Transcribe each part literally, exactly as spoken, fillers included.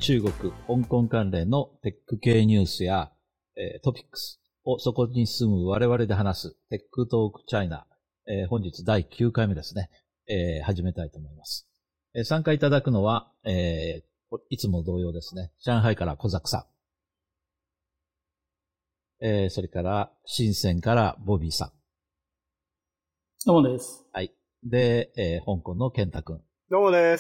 中国、香港関連のテック系ニュースや、えー、トピックスをそこに住む我々で話すテックトークチャイナ、えー、本日だいきゅうかいめですね、えー、始めたいと思います。えー、参加いただくのは、えー、いつも同様ですね、上海から小ザクさん、えー、それから深センからボビーさん。 どうもです。 はい。で、えー、香港の健太くん。 どうもです。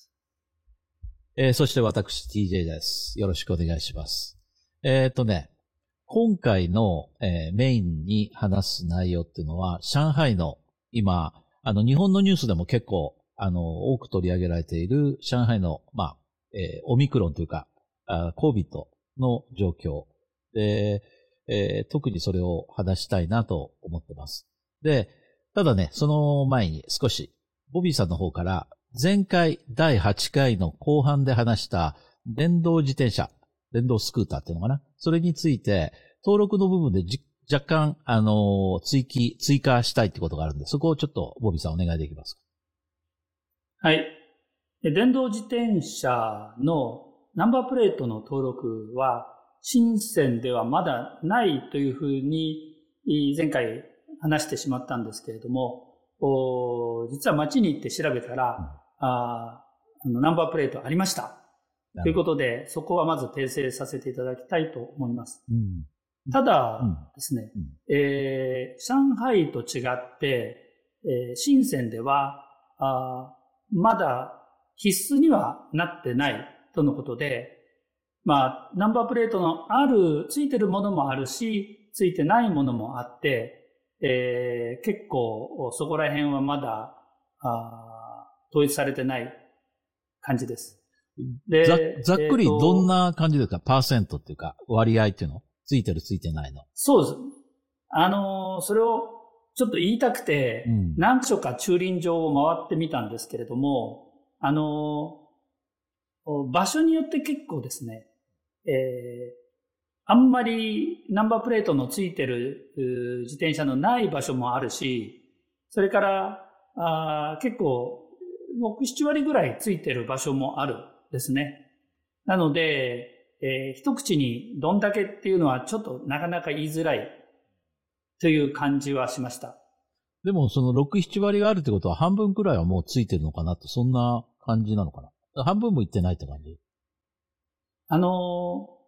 えー、そして私 ティージェー です。よろしくお願いします。えっとね、今回の、えー、メインに話す内容っていうのは、上海の今、あの日本のニュースでも結構あの多く取り上げられている上海のまあ、えー、オミクロンというか、コビッド の状況で、えー、特にそれを話したいなと思ってます。で、ただね、その前に少し、ボビーさんの方から前回だいはちかいの後半で話した電動自転車、電動スクーターっていうのかな、それについて登録の部分でじ若干、あの、追記、追加したいってことがあるんで、そこをちょっとボビーさんお願いできますか。 はい。電動自転車のナンバープレートの登録は、深センではまだないというふうに前回話してしまったんですけれども、実は街に行って調べたら、うん、ああのナンバープレートありました。ということで、そこはまず訂正させていただきたいと思います。うん、ただですね、うんうんえー、上海と違って、えー、深センではあまだ必須にはなってないとのことで、まあ、ナンバープレートのある、ついてるものもあるし、ついてないものもあって、えー、結構そこら辺はまだあ統一されてない感じです。 でざ、ざっくりどんな感じですか、えー、パーセントっていうか割合っていうのついてるついてないの。 そうです。あのー、それをちょっと言いたくて、うん、何所か駐輪場を回ってみたんですけれども、あのー、場所によって結構ですね、えーあんまりナンバープレートのついてる自転車のない場所もあるし、それからあ結構ろく、ななわりぐらいついてる場所もあるですね。なので、えー、一口にどんだけっていうのはちょっとなかなか言いづらいという感じはしました。 でもそのろく、ななわりがあるってことは半分くらいはもうついてるのかなって、そんな感じなのかな。半分もいってないって感じ。 あのー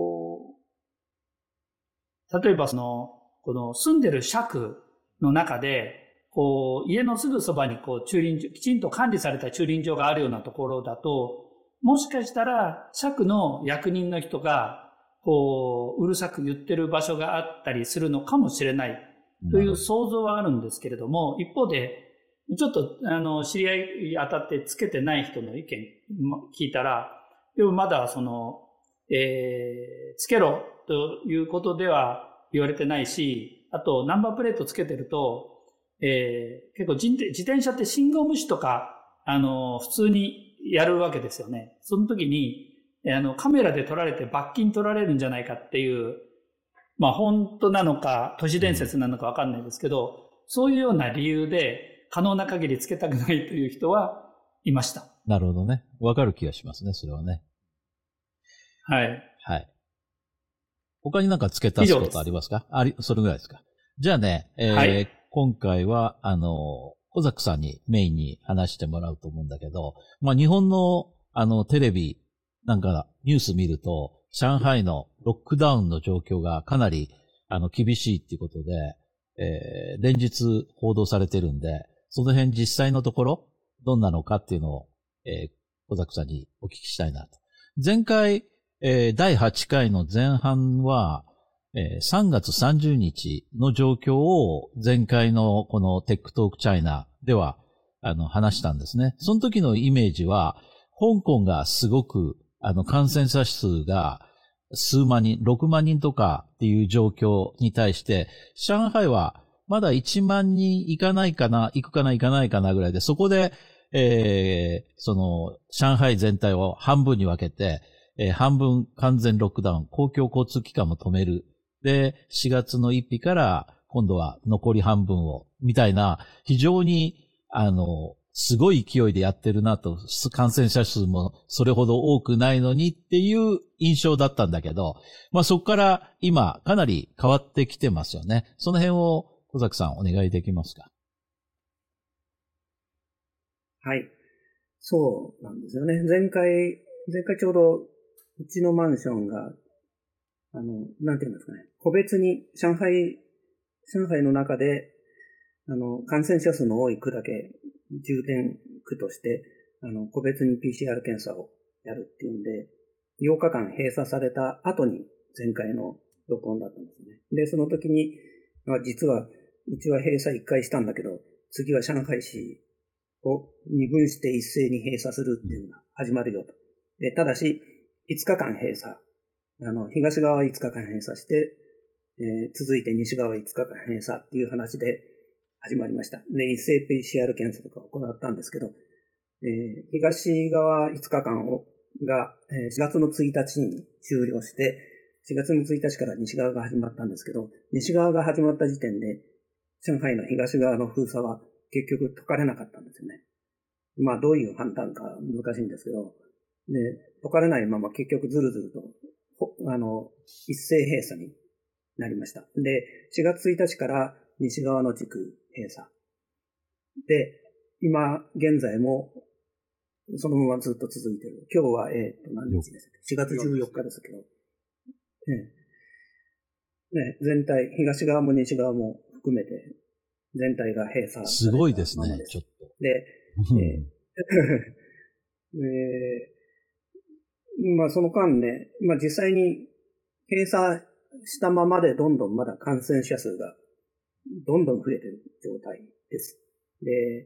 例えばその、この住んでる社区の中で、こう、家のすぐそばにこう、駐輪場、きちんと管理された駐輪場があるようなところだと、もしかしたら、社区の役人の人が、こう、うるさく言ってる場所があったりするのかもしれないという想像はあるんですけれども、一方で、ちょっと、あの、知り合い当たってつけてない人の意見聞いたら、でもまだその、えー、つけろということでは言われてないし、あとナンバープレートつけてると、えー、結構自転車って信号無視とか、あの、普通にやるわけですよね。その時に、あの、カメラで撮られて罰金取られるんじゃないかっていう、まあ本当なのか都市伝説なのかわかんないですけど、うん、そういうような理由で可能な限りつけたくないという人はいました。 なるほどね。わかる気がしますね、それはね。 はい。 はい。他になんか付け足すことありますか？あり、それぐらいですか。じゃあね、えーはい、今回は、あの、小ザクさんにメインに話してもらうと思うんだけど、まあ日本の、あの、テレビ、なんかニュース見ると、上海のロックダウンの状況がかなり、あの、厳しいっていうことで、えー、連日報道されてるんで、その辺実際のところ、どんなのかっていうのを、えー、小ザクさんにお聞きしたいなと。前回、えー、だいはちかいの前半は、えー、さんがつさんじゅうにちの状況を前回のこのテックトークチャイナではあの話したんですね。その時のイメージは、香港がすごくあの感染者数が数万人、ろくまんにんとかっていう状況に対して、上海はまだいちまんにんいかないかな、いくかないかないかなぐらいで、そこで、えー、その上海全体を半分に分けて、えー、半分完全ロックダウン、公共交通機関も止める。で、しがつのついたちから今度は残り半分を、みたいな、非常に、あの、 すごい勢いでやってるなと、感染者数もそれほど多くないのにっていう印象だったんだけど、まあそこから今かなり変わってきてますよね。その辺を小崎さんお願いできますか？ はい。そうなんですよね。前回、前回ちょうどうちのマンションが、あの、なんていうんですかね、個別に上海、上海の中で、あの、感染者数の多い区だけ重点区として、あの、個別に ピーシーアール 検査をやるっていうんで、ようかかん閉鎖された後に前回の録音だったんですね。で、その時に、まあ、実は、うちは閉鎖いっかいしたんだけど、次は上海市を二分して一斉に閉鎖するっていうのが始まるよと。で、ただし、いつかかん閉鎖。あの、東側はいつかかん閉鎖して、えー、続いて西側はいつかかん閉鎖っていう話で始まりました。で、一斉 ピーシーアール 検査とか行ったんですけど、えー、東側いつかかんをが、えー、しがつのついたちに終了して、しがつのついたちから西側が始まったんですけど、西側が始まった時点で、上海の東側の封鎖は結局解かれなかったんですよね。まあどういう判断か難しいんですけど、で、解かれないまま結局ずるずると、あの、一斉閉鎖になりました。で、しがつついたちから西側の地区閉鎖。で、今現在もそのままずっと続いている。今日は、えっと、何日ですか ?しがつじゅうよっかですけど。ええ、ね、全体、東側も西側も含めて、全体が閉鎖。 すごいですね、ちょっと。 で、えーえー、まあその間ね、まあ実際に閉鎖したままでどんどんまだ感染者数がどんどん増えている状態です。で、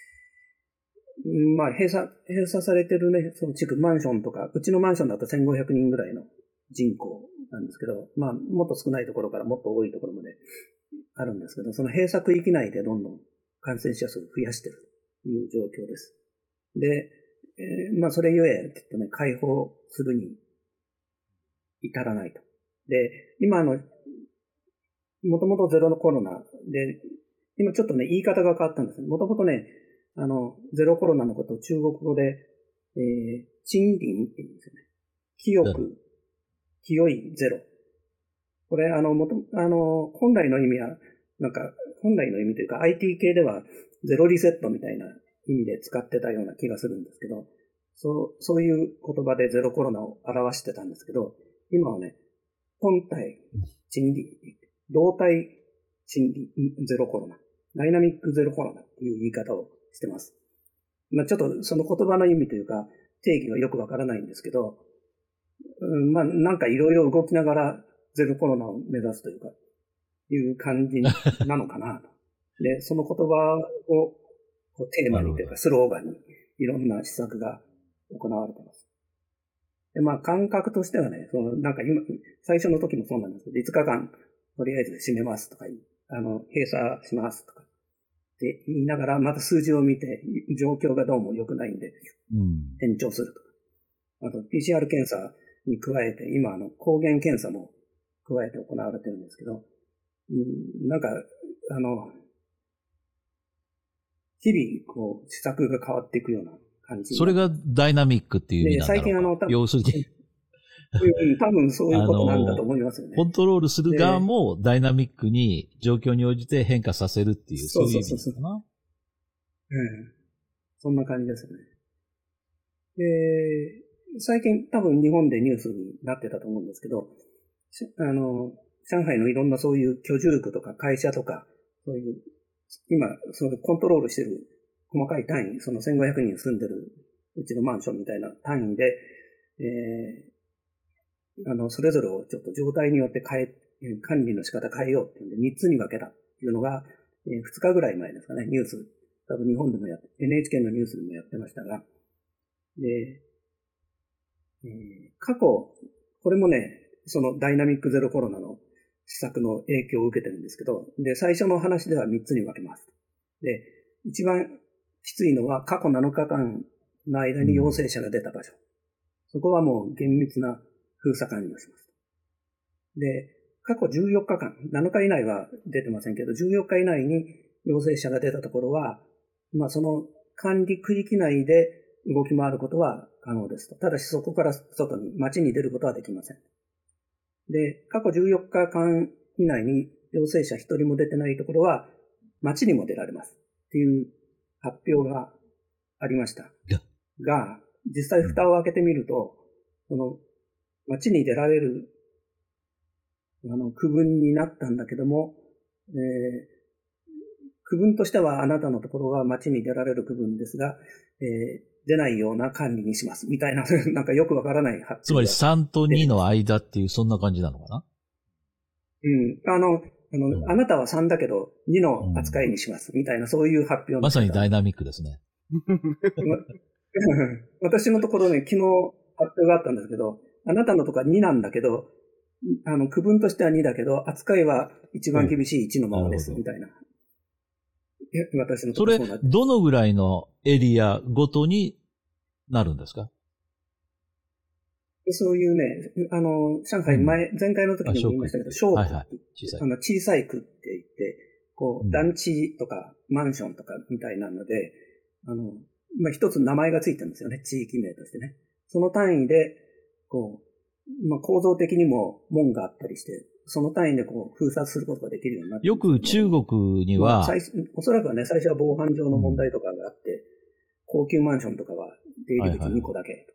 まあ、閉鎖、閉鎖されてるね、その地区、マンションとか、うちのマンションだとせんごひゃくにんぐらいの人口なんですけど、まあ、もっと少ないところからもっと多いところまであるんですけど、その閉鎖区域内でどんどん感染者数を増やしているという状況です。で、えー、まあ、それゆえ、きっとね、解放するに至らないと。で、今の、もともとゼロのコロナで、今ちょっとね、言い方が変わったんですね。もともとね、あの、ゼロコロナのことを中国語で、えー、珍林って言うんですよね。清く、清いゼロ。これ、あの、もと、あの、本来の意味は、なんか、本来の意味というか、アイティー 系では、ゼロリセットみたいな意味で使ってたような気がするんですけど、そう、そういう言葉でゼロコロナを表してたんですけど、今はね、本体、珍林、動体、珍林、ゼロコロナ、ダイナミックゼロコロナという言い方をしてます。まあちょっとその言葉の意味というか定義はよくわからないんですけど、うん、まあなんかいろいろ動きながらゼロコロナを目指すというか、いう感じなのかなと。で、その言葉をこうテーマにというかスローガンにいろんな施策が行われています。で、まあ感覚としてはね、そのなんか今、最初の時もそうなんですけど、いつかかんとりあえず閉めますとか、あの、閉鎖しますとか。って言いながら、また数字を見て、状況がどうも良くないんで、延長すると。あと、ピーシーアール 検査に加えて、今、あの、抗原検査も加えて行われてるんですけど、うん、なんか、あの、日々、こう、施策が変わっていくような感じ。 それがダイナミックっていう意味なんだろうか。最近、あの、要するにうん、多分そういうことなんだと思いますよね。 コントロールする側もダイナミックに状況に応じて変化させるっていう、そういう意味ですかな。 うん。そんな感じですね。で、最近多分日本でニュースになってたと思うんですけど、あの、上海のいろんなそういう居住区とか会社とか、そういう、今、そのコントロールしてる細かい単位、そのせんごひゃくにん住んでるうちのマンションみたいな単位で、えーあの、それぞれをちょっと状態によって変え、管理の仕方変えようっていうんでみっつに分けたっていうのが、えー、ふつかぐらい前ですかね、ニュース。多分日本でもやって、エヌエイチケー のニュースでもやってましたが。で、えー、過去、これもね、そのダイナミックゼロコロナの施策の影響を受けてるんですけど、で、最初の話ではみっつに分けます。で、一番きついのは過去なのかかんの間に陽性者が出た場所。そこはもう厳密な封鎖管理をします。で、過去じゅうよっかかん、なのか以内は出てませんけど、じゅうよっか以内に陽性者が出たところは、まあその管理区域内で動き回ることは可能ですと。ただしそこから外に、街に出ることはできません。で、過去じゅうよっかかん以内に陽性者一人も出てないところは、街にも出られますっていう発表がありました。が、実際蓋を開けてみると、その街に出られるあの区分になったんだけども、えー、区分としてはあなたのところは街に出られる区分ですが、えー、出ないような管理にしますみたいな、なんかよくわからない発表。 つまりさんとにの間っていうそんな感じなのかな？ うん。あの、あの、うん、あなたはさんだけどにの扱いにしますみたいな、そういう発表。 まさにダイナミックですね。 私のところね、昨日発表があったんですけど、あなたのところはになんだけど、あの、区分としてはにだけど、扱いは一番厳しいいちのままです、みたいな。私のところそうなって。 それ、どのぐらいのエリアごとになるんですか？ そういうね、あの、上海前、うん、前回の時にも言いましたけど、小区、はいはい、小さい。あの、小さい区って言って、こう、団地とかマンションとかみたいなので、あの、まあ、一つ名前がついてるんですよね、地域名としてね。その単位で、こう、まあ、構造的にも門があったりして、その単位でこう封鎖することができるようになって、 よく中国には、 まあ、おそらくはね、最初は防犯上の問題とかがあって、うん、高級マンションとかは出入り口にこだけ、はいはい、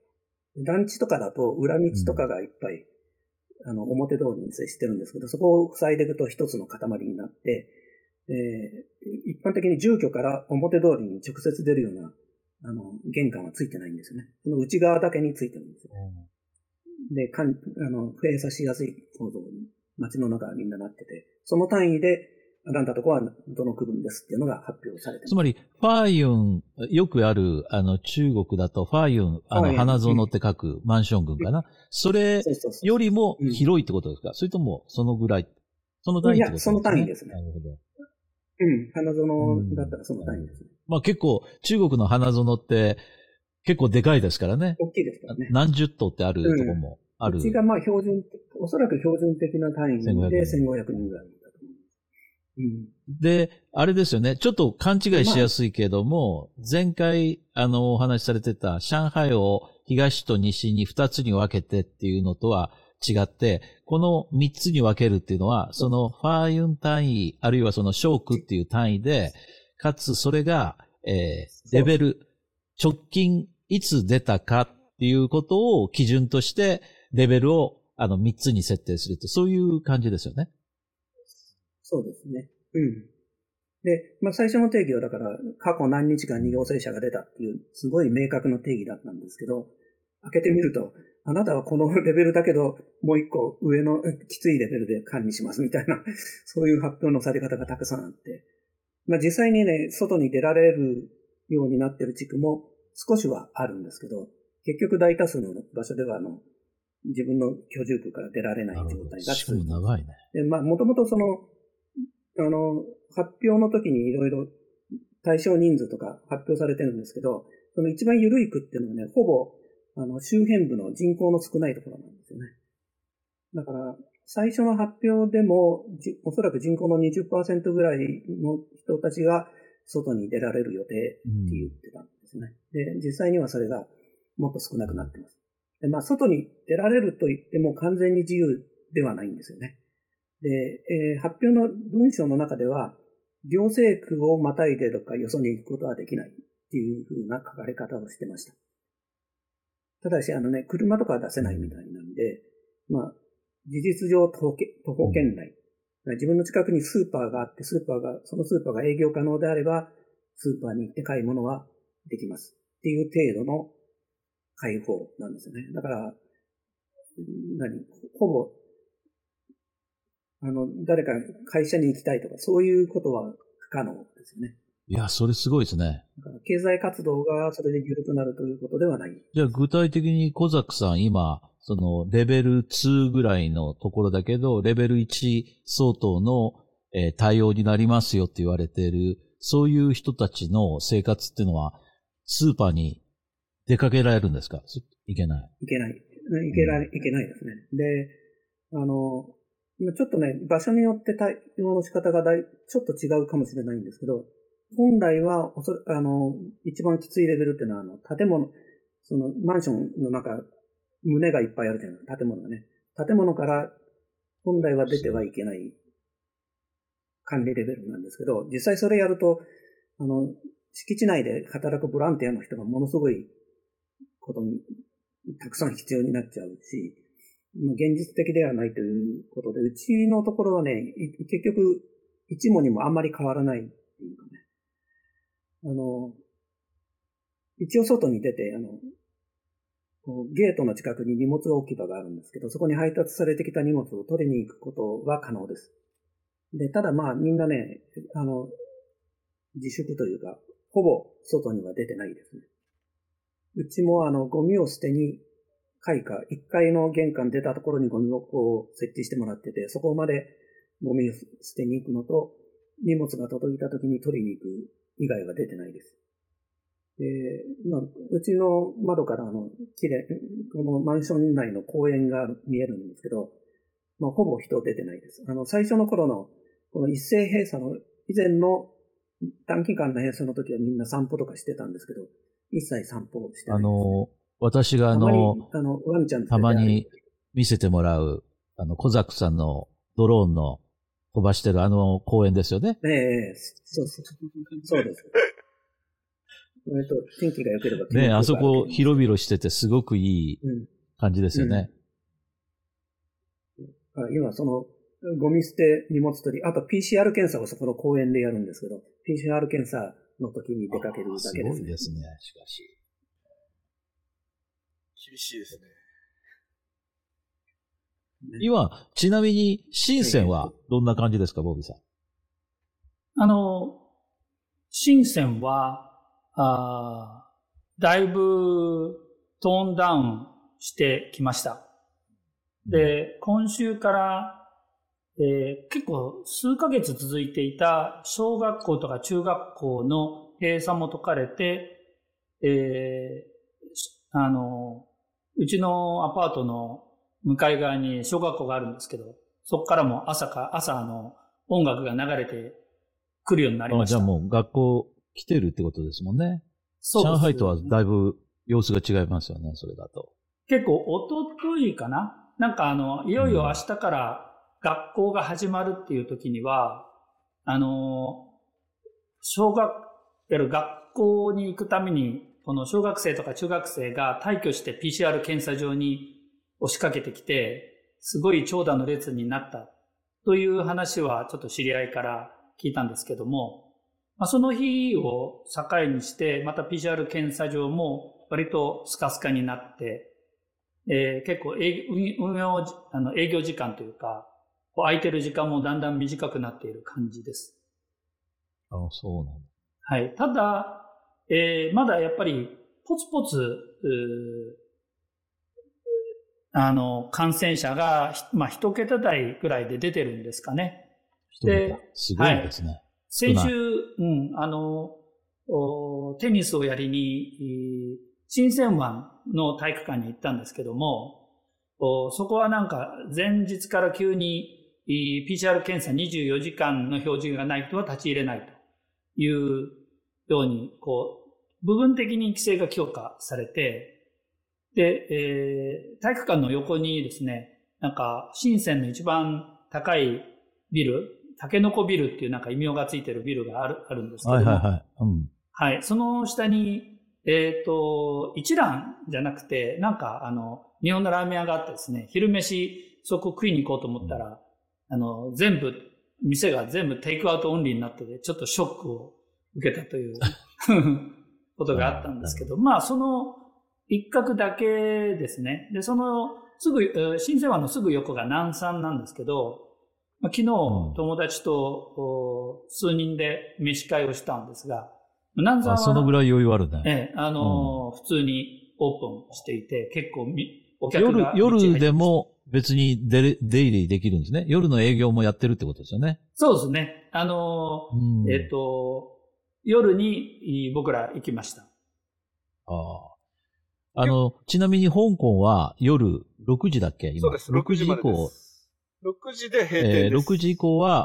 団地とかだと裏道とかがいっぱい、うん、あの表通りに接してるんですけど、そこを塞いでいくと一つの塊になって、えー、一般的に住居から表通りに直接出るようなあの玄関はついてないんですよね。その内側だけについてるんですよ。うん、で、かんあの閉鎖しやすい構造に街の中はみんななってて、その単位であなたとこはどの区分ですっていうのが発表されてます。 つまり、ファーユン、よくある、あの、中国だと、ファーユン、あの、花園って書くマンション群かな。うん、それよりも広いってことですか？うん、それとも、そのぐらい、その単位ってことですか？ いや、その単位ですね。なるほど。うん、花園だったらその単位ですね。 まあ結構、中国の花園って、結構でかいですからね。 大きいですからね。 何十棟ってあるとこもある。 うん、うちがまあ標準、おそらく標準的な単位でせんごひゃくにんぐらい。 うん、で、あれですよね。ちょっと勘違いしやすいけども、まあ、前回、あの、お話しされてた、上海を東と西に二つに分けてっていうのとは違って、この三つに分けるっていうのは、そのファーユン単位、あるいはその小区っていう単位で、かつそれが、えー、レベル、直近いつ出たかっていうことを基準として、レベルを、あの、三つに設定するって、そういう感じですよね。 そうですね。うん。で、まあ最初の定義はだから、過去何日間に陽性者が出たっていう、すごい明確な定義だったんですけど、開けてみると、あなたはこのレベルだけど、もう一個上のきついレベルで管理しますみたいな、そういう発表のされ方がたくさんあって、まあ実際にね、外に出られるようになってる地区も少しはあるんですけど、結局大多数の場所では、あの、自分の居住区から出られない状態が続いています。 長いね。 で、まあもともとその、あの、発表の時にいろいろ対象人数とか発表されてるんですけど、その一番緩い区っていうのはね、ほぼ、あの、周辺部の人口の少ないところなんですよね。だから、最初の発表でも、おそらく人口の にじゅっパーセント ぐらいの人たちが外に出られる予定って言ってたんですね。うん、で、実際にはそれがもっと少なくなってます。で、まあ、外に出られると言っても完全に自由ではないんですよね。で、えー、発表の文章の中では、行政区をまたいでとかよそに行くことはできないっていう風な書かれ方をしてました。ただし、あのね、車とかは出せないみたいなんで、まあ、事実上徒歩徒歩圏内、自分の近くにスーパーがあって、スーパーが、そのスーパーが営業可能であれば、スーパーに行って買い物はできますっていう程度の開放なんですよね。だから、何、ほぼ、あの、誰か会社に行きたいとか、そういうことは不可能ですよね。 いや、それすごいですね。 だから経済活動がそれで緩くなるということではない。 じゃあ具体的に小作さん今、そのレベルにぐらいのところだけど、レベルいち相当の、えー、対応になりますよって言われている、そういう人たちの生活っていうのは、スーパーに出かけられるんですか？いけない。 いけない。いけられ、うん、いけないですね。で、あの、ちょっとね、場所によって対応の仕方がだいちょっと違うかもしれないんですけど、 本来はおそ、あの、一番きついレベルっていうのは、あの、建物、その、マンションの中、棟がいっぱいあるじゃないですか、建物がね。建物から本来は出てはいけない管理レベルなんですけど、実際それやると、あの、敷地内で働くボランティアの人がものすごいことにたくさん必要になっちゃうし、現実的ではないということで、うちのところはね、結局、一もにもあんまり変わらないっていうかね。あの、一応外に出て、あの、ゲートの近くに荷物置き場があるんですけど、そこに配達されてきた荷物を取りに行くことは可能です。で、ただまあみんなね、あの、自粛というか、ほぼ外には出てないですね。うちもあの、ゴミを捨てに、階か、いっかいの玄関出たところにゴミ箱を設置してもらってて、そこまでゴミを捨てに行くのと、荷物が届いた時に取りに行く以外は出てないです。で、まあ、うちの窓からあの、綺麗、このマンション内の公園が見えるんですけど、まあ、ほぼ人出てないです。あの、最初の頃の、この一斉閉鎖の以前の短期間の閉鎖の時はみんな散歩とかしてたんですけど、一切散歩してないです、ね。 あの、私があの、 あの、ワンちゃんたまに見せてもらう、あの、コザックさんのドローンの飛ばしてるあの公園ですよね。 ええ、そうそう。そうです。えっと、天気が良ければ。 ねえ、あそこ広々しててすごくいい感じですよね。 うんうん、今、その、ゴミ捨て、荷物取り、あと ピーシーアール 検査をそこの公園でやるんですけど、ピーシーアール 検査の時に出かけるだけですね。 すごいですね、しかし。 厳しいですね。 今、ちなみに、深センはどんな感じですか、ボビーさん。 あの、深センは、あだいぶトーンダウンしてきました。で、今週から、えー、結構数ヶ月続いていた小学校とか中学校の閉鎖も解かれて、えー、あの、うちのアパートの向かい側に小学校があるんですけど、そこからも朝か、朝の音楽が流れてくるようになりました。 あ、じゃあもう学校来てるってことですもんね。 そうです。 上海とはだいぶ様子が違いますよね、それだと。 結構おとといかな、なんかあの、いよいよ明日から学校が始まるっていう時には、うん、あの、小学、やる学校に行くために、この小学生とか中学生が退去して ピーシーアール 検査場に押しかけてきて、すごい長蛇の列になったという話はちょっと知り合いから聞いたんですけども、まあ、その日を境にして、また ピーシーアール 検査場も割とスカスカになって、えー、結構営運用、あの営業時間というか、こう空いてる時間もだんだん短くなっている感じです。 あ、そうなんだ。 はい。ただ、えー、まだやっぱりポツポツ、あの、感染者が、まあ、一桁台ぐらいで出てるんですかね。 一桁。すごいですね。はい、 先週、うん、あの、テニスをやりに、深セン湾の体育館に行ったんですけども、そこはなんか前日から急に ピーシーアール 検査にじゅうよじかんの表示がない人は立ち入れないというように、こう、部分的に規制が強化されて、で、えー、体育館の横にですね、なんか、深センの一番高いビル、タケノコビルっていうなんか異名がついてるビルがある、あるんですけども。 はいはいはい。うん。 はい。その下に、えっと、一蘭じゃなくて、なんか、あの、日本のラーメン屋があってですね、昼飯、そこ食いに行こうと思ったら、うん、あの、全部、店が全部テイクアウトオンリーになってて、ちょっとショックを受けたということがあったんですけど、まあ、その一角だけですね。で、その、すぐ、深セン湾のすぐ横が南山なんですけど、まあ、昨日、友達と、うん、数人で飯会をしたんですが、南山は、 そのぐらい余裕あるね。 ええ、あの、うん、普通にオープンしていて、結構み、お客が夜、夜でも別に出、出入りできるんですね。夜の営業もやってるってことですよね。 そうですね。あの、うん、えっと、夜に僕ら行きました。 ああ。あの、ちなみに香港は夜ろくじだっけ今。 そうです。ろくじ以降。ろくじで閉店です。 えー、ろくじ以降は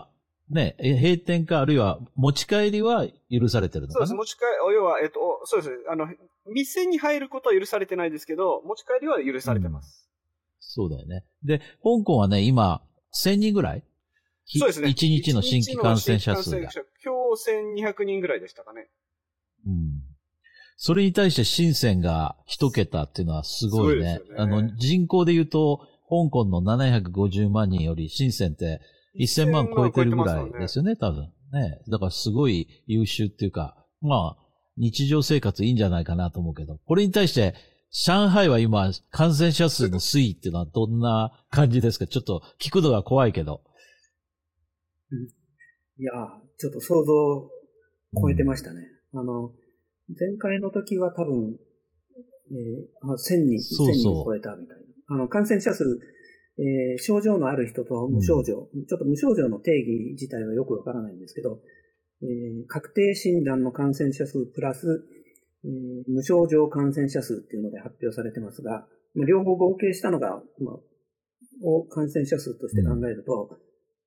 ね、閉店かあるいは持ち帰りは許されてるのかな？ そうです。持ち帰り、要は、えっと、そうです。あの、店に入ることは許されてないですけど、持ち帰りは許されてます。 うん、そうだよね。で、香港はね、今、せんにんぐらい？ そうですね。 いちにちの新規感染者数が。今日せんにひゃくにんぐらいでしたかね。 うん。それに対して深センが一桁っていうのはすごいね。すごいですよね。あの、人口で言うと、香港のななひゃくごじゅうまんにんより深センってせんまん超えてるぐらいですよね、多分。ね。だからすごい優秀っていうか、まあ、日常生活いいんじゃないかなと思うけど、これに対して、上海は今、感染者数の推移っていうのはどんな感じですか？ちょっと聞くのが怖いけど。 うん、いや、ちょっと想像を超えてましたね。うん、あの、前回の時は多分、えー、せんにん、そうそう、せんにんを超えたみたいな。あの、感染者数、えー、症状のある人と無症状、うん、ちょっと無症状の定義自体はよくわからないんですけど、えー、確定診断の感染者数プラス、えー、無症状感染者数っていうので発表されてますが、両方合計したのが、まあ、を感染者数として考えると、うん、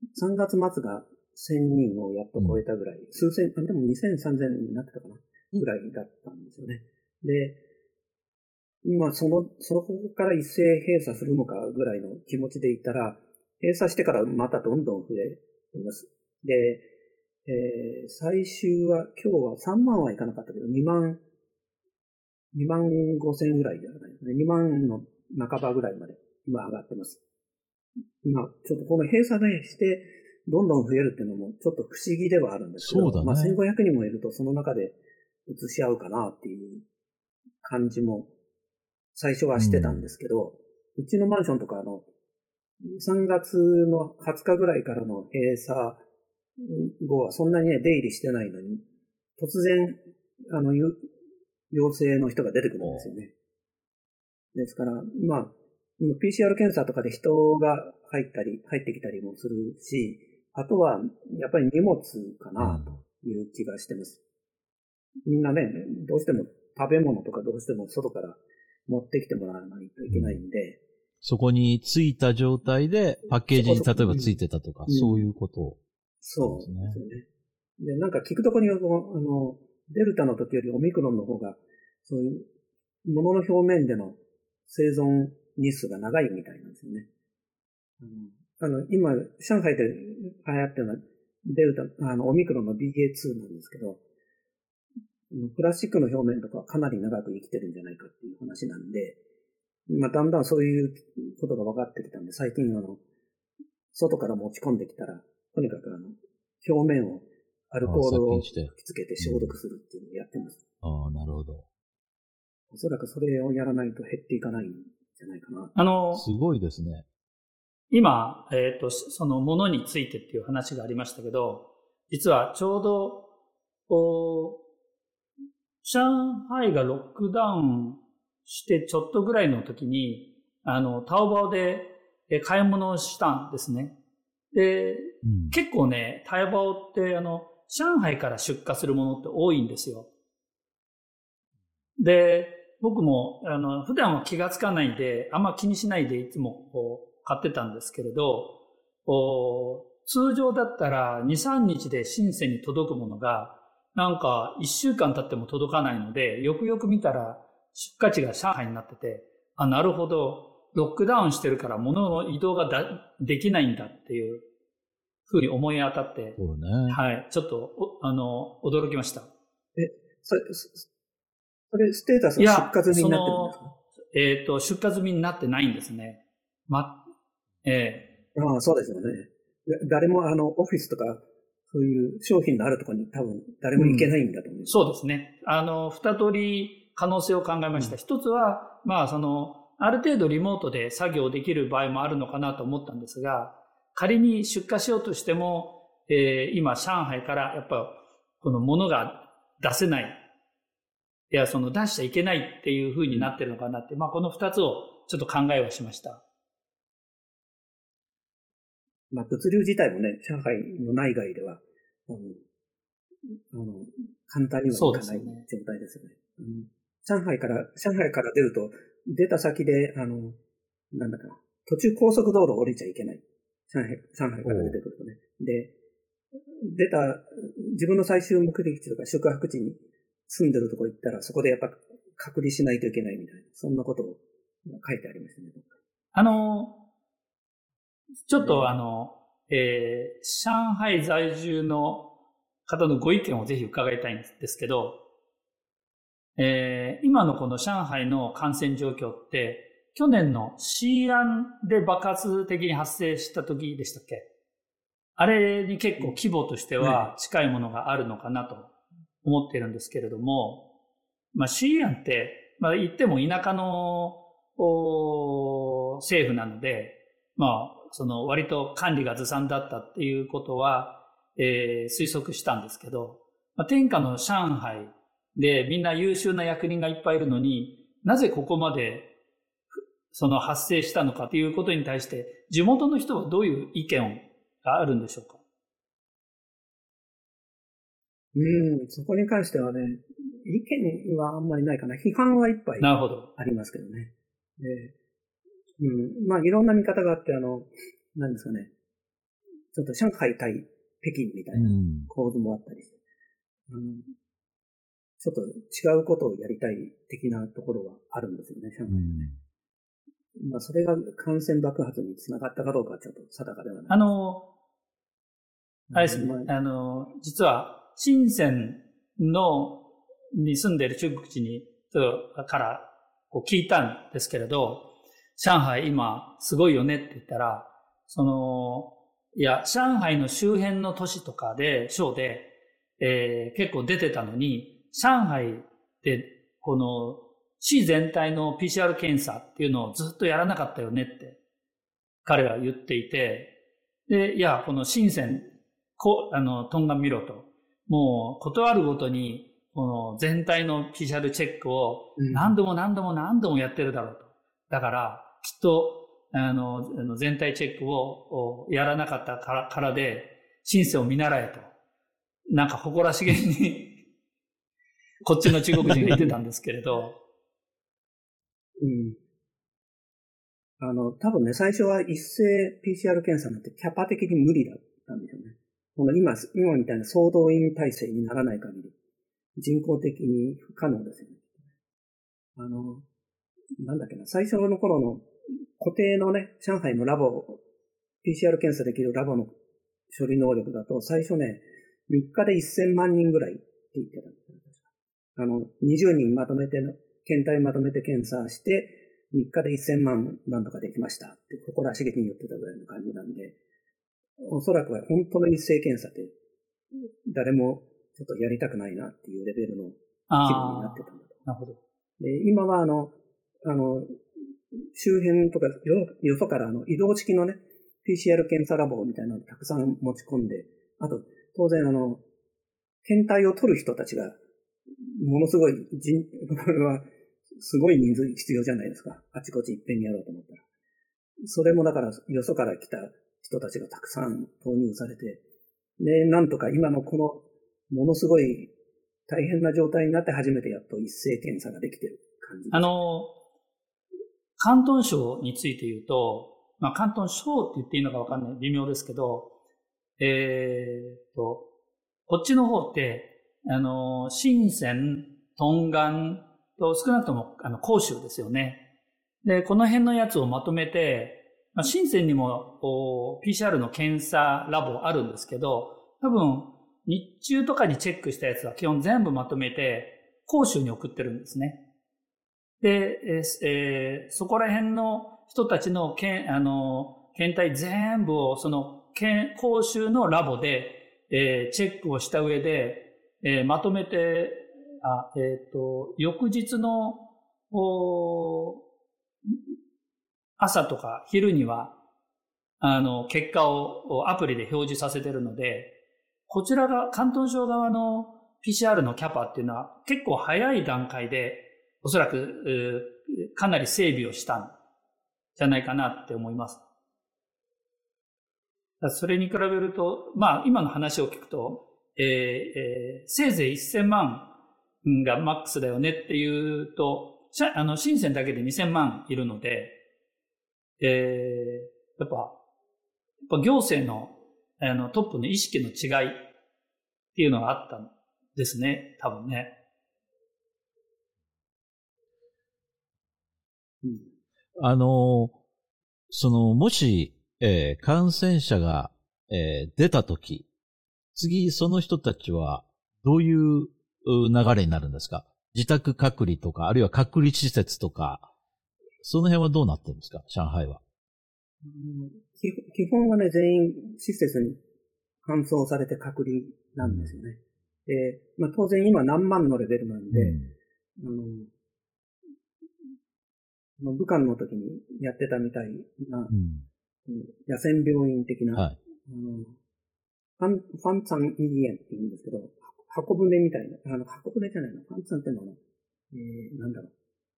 さんがつ末がせんにんをやっと超えたぐらい、うん、数千、でもにせん、さんぜんになってたかなぐらいだったんですよね。で、今その、その方から一斉閉鎖するのかぐらいの気持ちでいたら、閉鎖してからまたどんどん増えています。で、えー、最終は、今日はさんまんはいかなかったけど、にまん、にまんごせんぐらいじゃないですね。にまんの半ばぐらいまで今上がってます。今、ちょっとこの閉鎖でして、どんどん増えるっていうのもちょっと不思議ではあるんですけど、そうだね、まあせんごひゃくにんもいるとその中で移し合うかなっていう感じも最初はしてたんですけど、うん、うちのマンションとかあの、さんがつのはつかぐらいからの閉鎖後はそんなにね、出入りしてないのに、突然、あの、陽性の人が出てくるんですよね。ですから、まあ、ピーシーアール 検査とかで人が入ったり、入ってきたりもするし、あとは、やっぱり荷物かな、という気がしてます。みんなね、どうしても食べ物とかどうしても外から持ってきてもらわないといけないんで、うん、 そこについた状態でパッケージに例えばついてたとか、うん、そういうことを、 そうですね。で、なんか聞くところによると、あの、デルタの時よりオミクロンの方が、そういうものの表面での生存日数が長いみたいなんですよね。あの、今、上海で流行ってるのは、デルタ、あの、オミクロンの ビーエーツー なんですけど、プラスチックの表面とかはかなり長く生きてるんじゃないかっていう話なんで、まあ、だんだんそういうことが分かってきたんで、最近あの、外から持ち込んできたら、とにかくあの、表面をアルコールを吹きつけて消毒するっていうのをやってます。 ああ、なるほど。 おそらくそれをやらないと減っていかないんじゃないかな。 あの、すごいですね。 今、えっと、そのものについてっていう話がありましたけど、実はちょうど、こう、上海がロックダウンしてちょっとぐらいの時に、あの、タオバオで買い物をしたんですね。で、うん、結構ね、タオバオってあの、上海から出荷するものって多いんですよ。で、僕も、あの、普段は気がつかないんで、あんま気にしないでいつもこう買ってたんですけれど、通常だったらに、さんにちで深センに届くものが、なんかいっしゅうかん経っても届かないので、よくよく見たら出荷地が上海になってて、あ、なるほど、ロックダウンしてるから物の移動がだできないんだっていうふうに思い当たって、 そうね、 はい、ちょっと、あの、驚きました。 え、それ、それステータスは出荷済みになってるんですか？ えっと、出荷済みになってないんですね。ま、ええー、ああ、そうですよね。誰もあの、オフィスとか、そういう商品のあるところに多分誰も行けないんだと思う、うん。 そうですね。あの、二通り可能性を考えました。一、うん、つは、まあ、その、ある程度リモートで作業できる場合もあるのかなと思ったんですが、仮に出荷しようとしても、えー、今、上海からやっぱ、この物が出せない。いや、その出しちゃいけないっていう風になってるのかなって、まあ、この二つをちょっと考えはしました。 まあ、物流自体もね、上海の内外では、あの、あの簡単にはいかない状態ですよね。うん、上海から、上海から出ると、出た先で、あの、なんだかな、途中高速道路降りちゃいけない。上海、上海から出てくるとね。で、 出た、自分の最終目的地とか宿泊地に住んでるとこ行ったら、そこでやっぱ隔離しないといけないみたいな、そんなことを書いてありましたね。 あの、ちょっとあの、えー、上海在住の方のご意見をぜひ伺いたいんですけど、えー、今のこの上海の感染状況って、去年のシーランで爆発的に発生した時でしたっけ？あれに結構規模としては近いものがあるのかなと思っているんですけれども、まあシーランって、まあ言っても田舎の政府なので、まあその割と管理がずさんだったっていうことは、えー、推測したんですけど、まあ、天下の上海でみんな優秀な役人がいっぱいいるのに、なぜここまでその発生したのかということに対して、地元の人はどういう意見があるんでしょうか？ うん、そこに関してはね、意見はあんまりないかな。批判はいっぱいありますけどね。で、うん、まあいろんな見方があって、あの、何ですかね、ちょっと上海対北京みたいな構図もあったりして、うん、ちょっと違うことをやりたい的なところはあるんですよね、上海でね。うん、まあそれが感染爆発につながったかどうかはちょっと定かではない。 あの、あれですね、あの、実は、深センの、に住んでいる中国人に、からこう聞いたんですけれど、上海今すごいよねって言ったら、その、いや、上海の周辺の都市とかで、省で、えー、結構出てたのに、上海で、この、市全体の ピーシーアール 検査っていうのをずっとやらなかったよねって、彼は言っていて、で、いや、この深セン、こあの、トンガン見ろと。もう、ことあるごとに、この全体の ピーシーアール チェックを何度も何度も何度もやってるだろうと。だから、きっと、あの、全体チェックをやらなかったからからで、深センを見習えと。なんか誇らしげに、こっちの中国人が言ってたんですけれど。 うん。あの、多分ね、最初は一斉 ピーシーアール 検査なんてキャパ的に無理だったんですよね。この今、今みたいな総動員体制にならない限り、人工的に不可能ですよね。あの、なんだっけな、最初の頃の固定のね、上海のラボ、ピーシーアール 検査できるラボの処理能力だと、最初ね、みっかでせんまんにんぐらいって言ってたんですよ。あの、にじゅうにんまとめての、検体まとめて検査して、みっかでせんまんなんとかできましたって、誇らしげに言ってたぐらいの感じなんで、おそらくは本当の一斉検査って、誰もちょっとやりたくないなっていうレベルの規模になってたんだと。 なるほど。 で、今はあの、あの、周辺とか、よ、よそからあの移動式のね、ピーシーアール 検査ラボみたいなのをたくさん持ち込んで、あと、当然あの、検体を取る人たちが、ものすごい人、これは、すごい人数必要じゃないですか。あちこちいっぺんにやろうと思ったら。それもだから、よそから来た人たちがたくさん投入されて、で、なんとか今のこの、ものすごい大変な状態になって初めてやっと一斉検査ができてる感じです。 あの、広東省について言うと、まあ、広東省って言っていいのかわかんない。微妙ですけど、えー、っと、こっちの方って、あの、深セン、トンガンと少なくとも、あの、広州ですよね。で、この辺のやつをまとめて、まあ、深センにも ピーシーアール の検査ラボあるんですけど、多分、日中とかにチェックしたやつは基本全部まとめて、広州に送ってるんですね。で、えー、そこら辺の人たちのけんあの検体全部をその広州のラボで、えー、チェックをした上で、えー、まとめて、あ、えっと、翌日の朝とか昼にはあの結果をアプリで表示させてるので、こちらが広東省側の ピーシーアール のキャパっていうのは結構早い段階でおそらくかなり整備をしたんじゃないかなって思います。それに比べると、まあ今の話を聞くと、えーえー、せいぜいせんまんがマックスだよねっていうと、あの深センだけでにせんまんいるので、えー、やっぱ、やっぱ行政のあの、トップの意識の違いっていうのがあったんですね、多分ね。 うん、あの、その、もし、えー、感染者が、えー、出たとき、次、その人たちは、どういう流れになるんですか？自宅隔離とか、あるいは隔離施設とか、その辺はどうなってるんですか？上海は。 うん、基本はね、全員施設に搬送されて隔離なんですよね。うん、で、まあ、当然今何万のレベルなんで、うん、あの武漢の時にやってたみたいな、うん、野戦病院的な、はい、あのファン、ファンツァン医院って言うんですけど、箱舟みたいな、あの、箱舟じゃないの、ファンツァンってのは、えー、なんだろ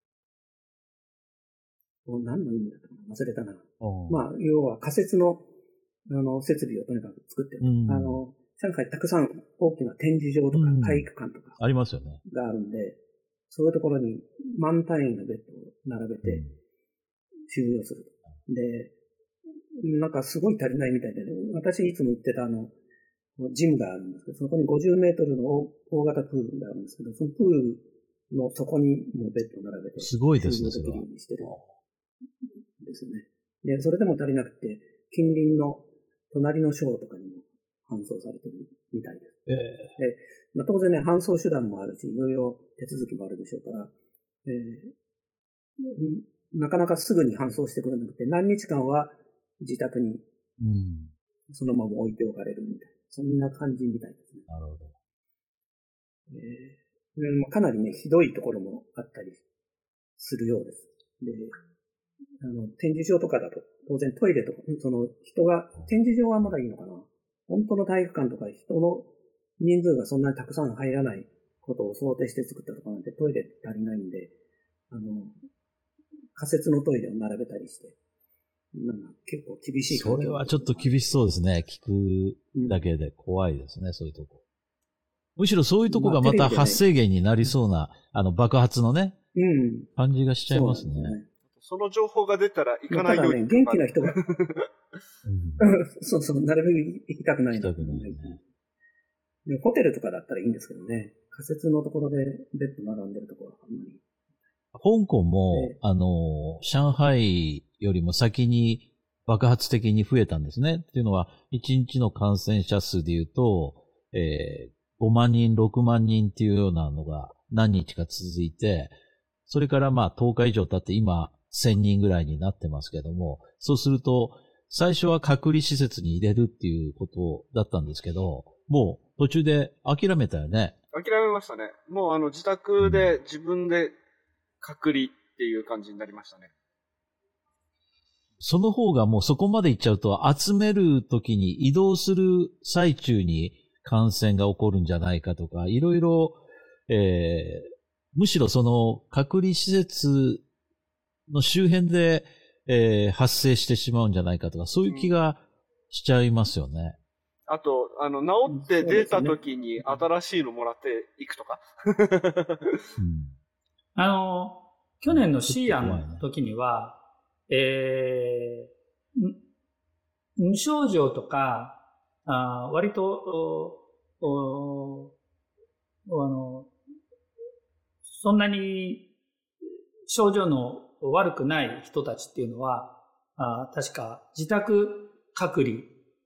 う。何の意味だったかな忘れたな。まあ、要は仮設の、あの、設備をとにかく作ってる。うん、あの、上海たくさん大きな展示場とか体育館とか、 ありますよね。 があるんで、そういうところに満単位のベッドを並べて収容すると。で、なんかすごい足りないみたいでね、私いつも言ってたあの、ジムがあるんですけど、そこにごじゅうメートルの大型プールがあるんですけど、そのプールの底にもうベッドを並べて、 すごいですね、 収容できるようにしてるんですよね。で、それでも足りなくて、近隣の隣の省とかにも搬送されてるみたいです。えー、で、まあ、当然ね、搬送手段もあるし、いろいろ手続きもあるでしょうから、えー、なかなかすぐに搬送してくれなくて、何日間は自宅にそのまま置いておかれるみたいな、そんな感じみたいですね。 なるほど。 えー、かなりね、ひどいところもあったりするようです。で、あの、展示場とかだと、当然トイレとか、その人が、展示場はまだいいのかな。本当の体育館とか人の人数がそんなにたくさん入らないことを想定して作ったところなんで、トイレ足りないんで、あの、仮設のトイレを並べたりして、なんか結構厳しい。 それはちょっと厳しそうですね。聞くだけで怖いですね、うん、そういうとこ。むしろそういうとこがまた発生源になりそうな、あの爆発のね、うん、感じがしちゃいますね。 その情報が出たら行かないように。 ね、元気な人が。うん、そうそう、なるべく行きたくない。 行きたくないね。 でホテルとかだったらいいんですけどね。仮設のところでベッド並んでるところはあんまり。 香港も、えー、あの、上海よりも先に爆発的に増えたんですね。っていうのは、いちにちの感染者数でいうと、えー、ごまんにん、ろくまんにんっていうようなのが何日か続いて、それからまあとおか以上経って今せんにんぐらいになってますけども、そうすると最初は隔離施設に入れるっていうことだったんですけど、もう途中で諦めたよね。 諦めましたね。もうあの自宅で自分で隔離っていう感じになりましたね。 その方がもうそこまで行っちゃうと集めるときに移動する最中に感染が起こるんじゃないかとか、いろいろ、えー、むしろその隔離施設の周辺で、えー、発生してしまうんじゃないかとか、そういう気がしちゃいますよね。 うん、あと、あの、治って出た時に新しいのもらっていくとか。 うん、あの、去年のシーアンの時には、ね、えー、無症状とか、あ割と、おおあの、そんなに症状の悪くない人たちっていうのは、あ確か自宅隔離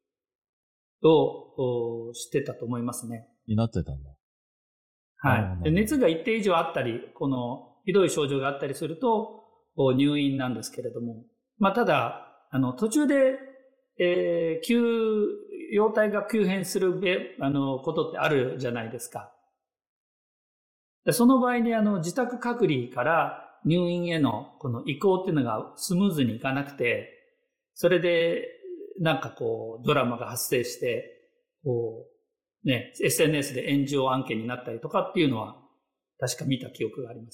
をしてたと思いますね。 になってたんだ。 はい。で熱が一定以上あったり、このひどい症状があったりすると入院なんですけれども、まあただ、あの途中で、えー、急、容体が急変するべあのことってあるじゃないですか。でその場合にあの自宅隔離から入院へのこの移行っていうのがスムーズにいかなくて、それでなんかこうドラマが発生して、こうね、エスエヌエス で炎上案件になったりとかっていうのは確か見た記憶があります。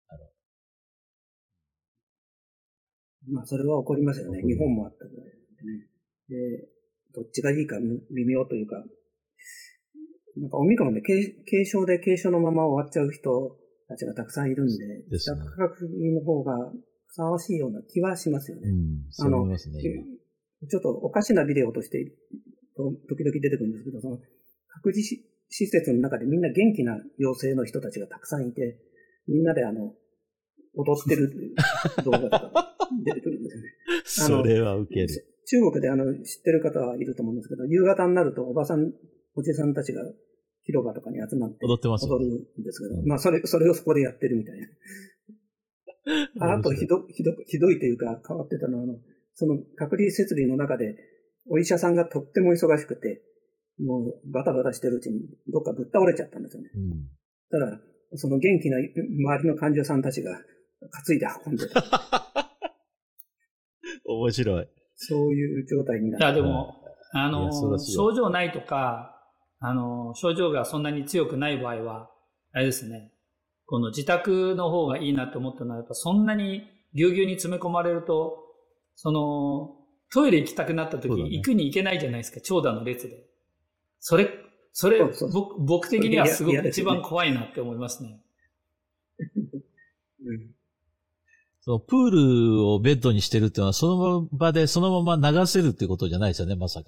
まあそれは起こりますよね。日本もあったぐらいでね。で、どっちがいいか微妙というか、なんかオミクロンで軽症で軽症のまま終わっちゃう人たちがたくさんいるんで、自宅隔離の方がふさわしいような気はしますよね。 うん、そう思いますね。 ちょっとおかしなビデオとして時々出てくるんですけど、その、各自施設の中でみんな元気な妖精の人たちがたくさんいて、みんなであの、踊ってる動画とか出てくるんですよね。 それはウケる。 中国であの、知ってる方はいると思うんですけど、夕方になるとおばさん、おじさんたちが広場とかに集まって踊ってます踊るんですけど、うん、まあそれ、それをそこでやってるみたいな。あ, あとひど、ひど、ひどいというか変わってたのは、あの、その隔離設備の中でお医者さんがとっても忙しくて、もうバタバタしてるうちにどっかぶっ倒れちゃったんですよね。うん、ただ、その元気な周りの患者さんたちが担いで運んでた。 面白い。 そういう状態になって。 いや、でも、あの、症状ないとか、あの、症状がそんなに強くない場合は、あれですね、この自宅の方がいいなと思ったのは、やっぱそんなにぎゅうぎゅうに詰め込まれると、その、トイレ行きたくなった時、ね、行くに行けないじゃないですか、長蛇の列で。それ、それ、そうそう僕、僕的にはすごく一番怖いなって思いますね。 うん、そのプールをベッドにしてるっていうのは、その場でそのまま流せるっていうことじゃないですよね、まさか。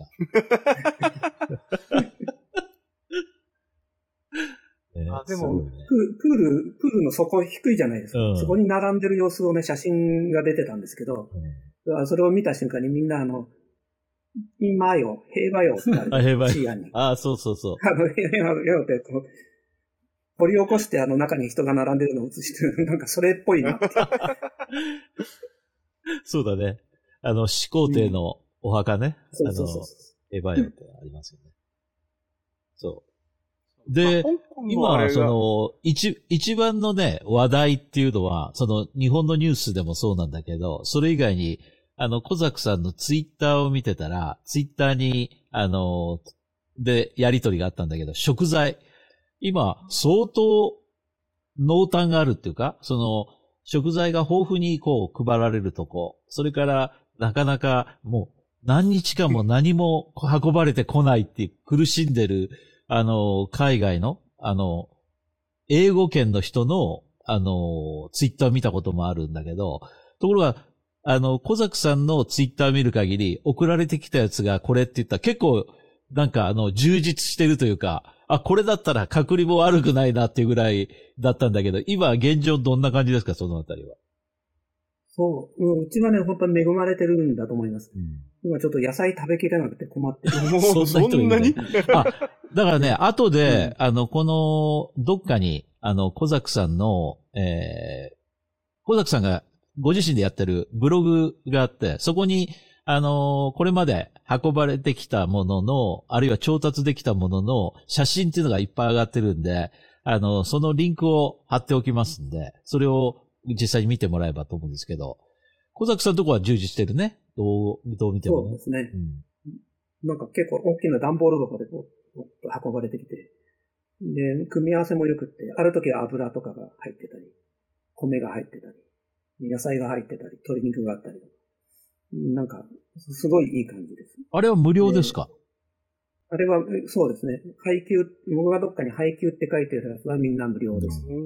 あでも、ね、プール、プールの底低いじゃないですか、うん。そこに並んでる様子をね、写真が出てたんですけど、うん、それを見た瞬間にみんなあの、今よ、平和よってある。 あ、平和よ。ああ、そうそうそう。 あの、平和よってこう、掘り起こしてあの中に人が並んでるのを映してる。なんかそれっぽいなって。 そうだね。あの、始皇帝のお墓ね。 うん、そうそうそう。 平和よってありますよね。そう。で、今、その、一、一番のね、話題っていうのは、その、日本のニュースでもそうなんだけど、それ以外に、あの、小作さんのツイッターを見てたら、ツイッターに、あの、で、やりとりがあったんだけど、食材。今、相当、濃淡があるっていうか、その、食材が豊富にこう、配られるとこ。それから、なかなか、もう、何日間も何も運ばれてこないって苦しんでる、あの、海外の、あの、英語圏の人の、あの、ツイッターを見たこともあるんだけど、ところが、あの、小作さんのツイッターを見る限り、送られてきたやつがこれって言ったら結構、なんかあの、充実してるというか、あ、これだったら隔離も悪くないなっていうぐらいだったんだけど、今現状どんな感じですか、そのあたりは。 そう。うちはね、本当に恵まれてるんだと思います。うん、今ちょっと野菜食べきれなくて困ってる。 もうそんなにあ、だからね、後で、うん、あの、この、どっかに、あの、小作さんの、えー、小作さんがご自身でやってるブログがあって、そこに、あの、これまで運ばれてきたものの、あるいは調達できたものの写真っていうのがいっぱい上がってるんで、あの、そのリンクを貼っておきますんで、それを実際に見てもらえばと思うんですけど、小作さんのとこは充実してるね。どう、どう見ても、 ね。そうですね。うん、なんか結構大きな段ボール箱でこう、運ばれてきて、で、組み合わせも良くって、ある時は油とかが入ってたり、米が入ってたり、野菜が入ってたり、鶏肉があったりとか。なんか、すごいいい感じです。 あれは無料ですか？ あれは、そうですね。配給、僕がどっかに配給って書いてるやつはみんな無料です。うん、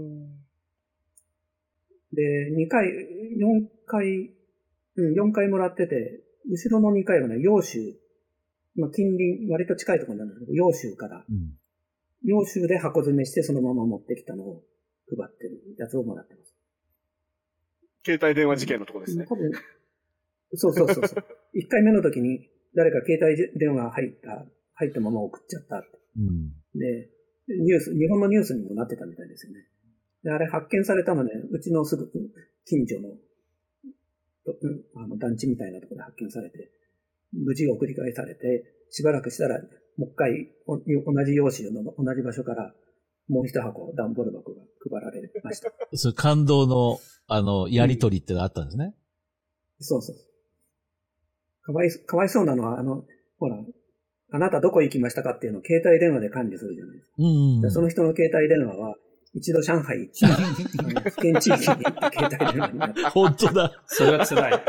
で、にかい、よんかい、うん、よんかいもらってて、後ろのにかいはね、揚州、まあ、近隣、割と近いところなんですけど、揚州から、うん、揚州で箱詰めしてそのまま持ってきたのを配ってるやつをもらってます。 携帯電話事件のところですね。 多分そうそうそうそう。いっかいめの時に誰か携帯電話入った、入ったまま送っちゃったって。うん、で、ニュース、日本のニュースにもなってたみたいですよね。で、あれ発見されたのね、うちのすぐ近所の、あの団地みたいなところで発見されて、無事送り返されて、しばらくしたら、もう一回同じ用紙の同じ場所から、もう一箱段ボール箱が配られました。 それ感動の、あの、やりとりってのがあったんですね。うん、 そうそう。かわい、かわいそうなのは、あの、ほら、あなたどこ行きましたかっていうのを携帯電話で管理するじゃないですか。うんうんうん、その人の携帯電話は、一度上海行った、府県地域に行った携帯電話になった。 本当だ。 それは辛い。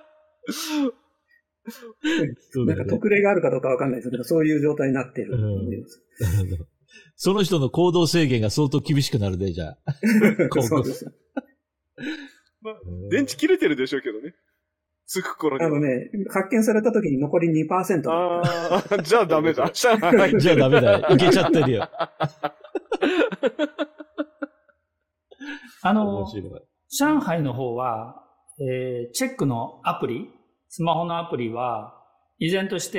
なんか特例があるかどうかわかんないですけど、そういう状態になっていると思います。 なるほど。その人の行動制限が相当厳しくなるね、じゃあ。 そうです。 まあ、電池切れてるでしょうけどね。 つく頃に。 あのね、発見された時に残り にパーセント。 ああ、じゃあダメだ。上海じゃあダメだよ。いけちゃってるよ。 あの、上海の方は、えー、チェックのアプリ、スマホのアプリは、依然として、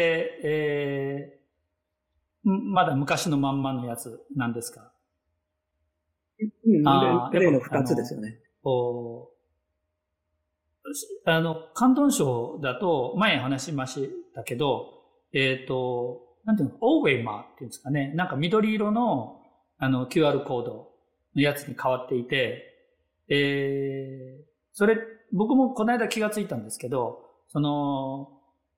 えー、まだ昔のまんまのやつなんですか？ うん、あ例のふたつですよね。 あの、広東省だと、前話しましたけど、えっ、ー、と、なんていうの、オーウェイマーっていうんですかね。なんか緑色の、あの、キューアール コードのやつに変わっていて、えー、それ、僕もこの間気がついたんですけど、その、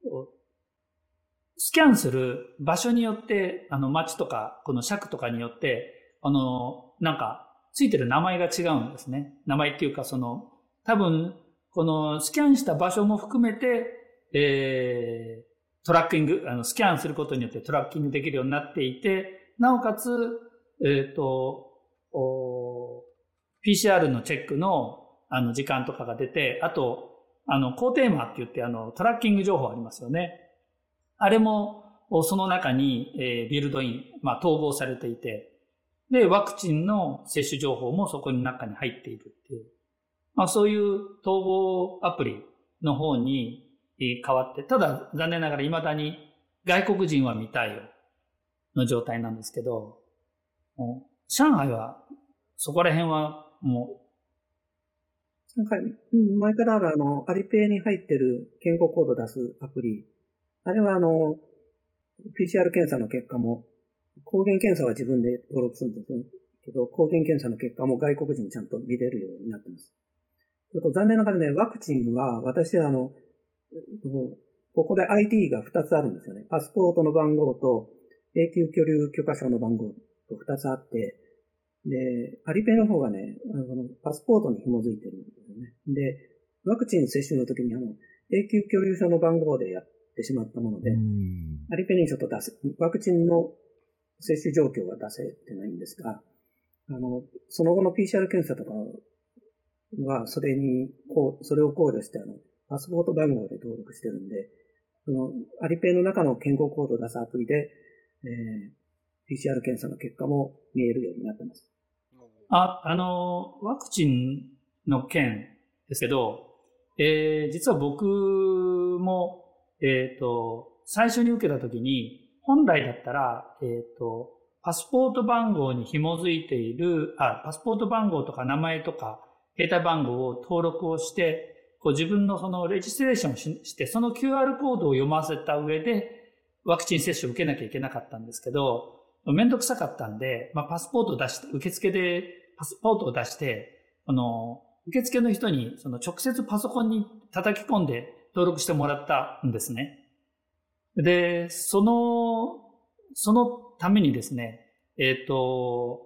スキャンする場所によって、あの、街とか、この尺とかによって、あの、なんか、ついてる名前が違うんですね。名前っていうか、その、多分、このスキャンした場所も含めて、えー、トラッキング、あの、スキャンすることによってトラッキングできるようになっていて、なおかつ、えっと、ピーシーアール のチェックの、あの、時間とかが出て、あと、あの、高テーマって言って、あの、トラッキング情報ありますよね。あれも、その中に、えー、ビルドイン、まあ、統合されていて、で、ワクチンの接種情報もそこに中に入っているっていう。まあ、そういう統合アプリの方に変わって、ただ残念ながら未だに外国人は見たいよの状態なんですけど、上海はそこら辺はもう。はい。前からあるあの、アリペイに入ってる健康コード出すアプリ。あれはあの、ピーシーアール 検査の結果も、抗原検査は自分で登録するんですけど、抗原検査の結果も外国人ちゃんと見れるようになってます。ちょっと残念ながらね、ワクチンは、私はあの、ここで アイディー がふたつあるんですよね。パスポートの番号と永久居留許可証の番号とふたつあって、で、アリペイの方がね、あのパスポートに紐づいてるんですよね。で、ワクチン接種の時にあの、永久居留証の番号でやってしまったもので、アリペイにちょっと出せ、ワクチンの接種状況は出せてないんですが、あの、その後の ピーシーアール 検査とかは、それに、こう、それを考慮して、あの、パスポート番号で登録してるんで、その、アリペイの中の健康コードを出すアプリで、えー、ピーシーアール 検査の結果も見えるようになってます。 あ、あの、ワクチンの件ですけど、えー、実は僕も、えっと、最初に受けたときに、本来だったら、えっと、パスポート番号に紐づいている、あ、パスポート番号とか名前とか、携帯番号を登録をして、こう自分のそのレジストレーションを し, して、その キューアール コードを読ませた上で、ワクチン接種を受けなきゃいけなかったんですけど、めんどくさかったんで、まあ、パスポートを出して、受付でパスポートを出して、あの、受付の人にその直接パソコンに叩き込んで登録してもらったんですね。で、その、そのためにですね、えっと、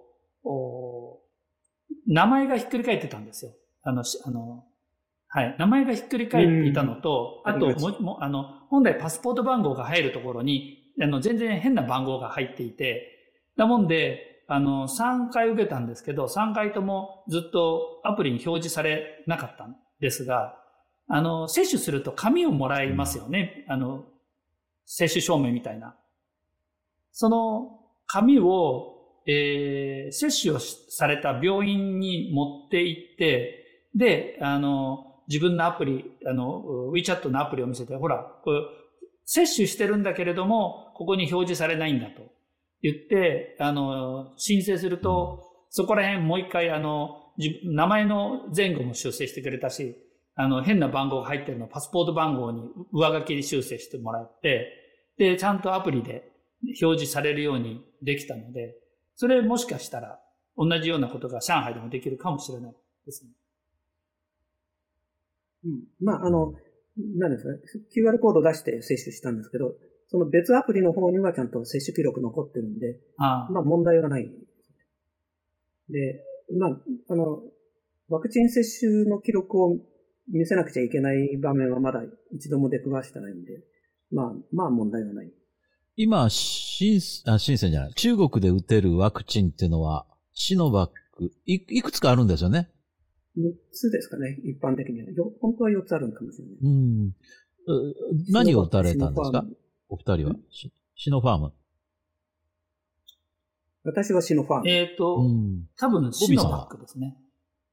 名前がひっくり返ってたんですよ。あの、あの、はい。名前がひっくり返っていたのと、あとも、も、あの、本来パスポート番号が入るところに、あの、全然変な番号が入っていて、なもんで、あの、さんかい受けたんですけど、さんかいともずっとアプリに表示されなかったんですが、あの、接種すると紙をもらいますよね。あの、接種証明みたいな。その紙を、えー、接種をされた病院に持って行って、で、あの、自分のアプリ、あの、WeChat のアプリを見せて、ほら、これ、接種してるんだけれども、ここに表示されないんだと言って、あの、申請すると、そこら辺もう一回、あの、名前の前後も修正してくれたし、あの、変な番号が入ってるのをパスポート番号に上書きで修正してもらって、で、ちゃんとアプリで表示されるようにできたので、それもしかしたら同じようなことが上海でもできるかもしれないですね。 うん。まあ、あの、何ですかね、キューアール コード出して接種したんですけど、その別アプリの方にはちゃんと接種記録残ってるんで、ああまあ問題はない。で、まあ、あの、ワクチン接種の記録を見せなくちゃいけない場面はまだ一度も出くわしてないんで、まあ、まあ問題はない。 今、新、あ、新鮮じゃない。中国で打てるワクチンっていうのは、シノバック、い、いくつかあるんですよね。 みっつですかね、一般的には。よ本当はよっつあるのかもしれない。 うん。何を打たれたんですかお二人は。シノファーム。 私はシノファーム。 えっと、うん、多分シノバックですね。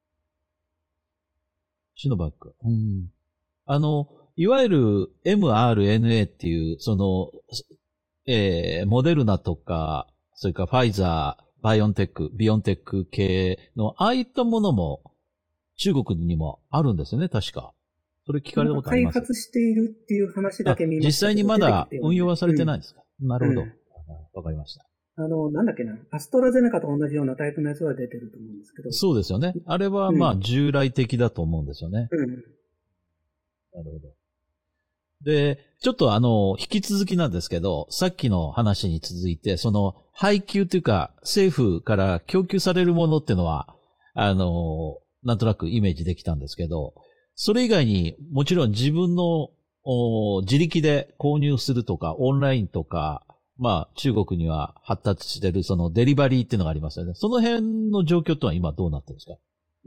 シノバック。うん。あの、いわゆる エムアールエヌエー っていう、その、えー、モデルナとか、それからファイザー、バイオンテック、ビオンテック系の、ああいったものも中国にもあるんですよね、確か。それ聞かれたことありますか？ 開発しているっていう話だけ見ました。 実際にまだ運用はされてないんですか？うん、なるほど。わ、うん、かりました。 あの、なんだっけな。アストラゼネカと同じようなタイプのやつは出てると思うんですけど。 そうですよね。あれはまあ従来的だと思うんですよね。 うん。 なるほど。で、ちょっとあの、引き続きなんですけど、さっきの話に続いて、その配給というか、政府から供給されるものっていうのは、あの、なんとなくイメージできたんですけど、それ以外にもちろん自分の自力で購入するとか、オンラインとか、まあ中国には発達してるそのデリバリーっていうのがありますよね。その辺の状況とは今どうなってるんですか？ うん、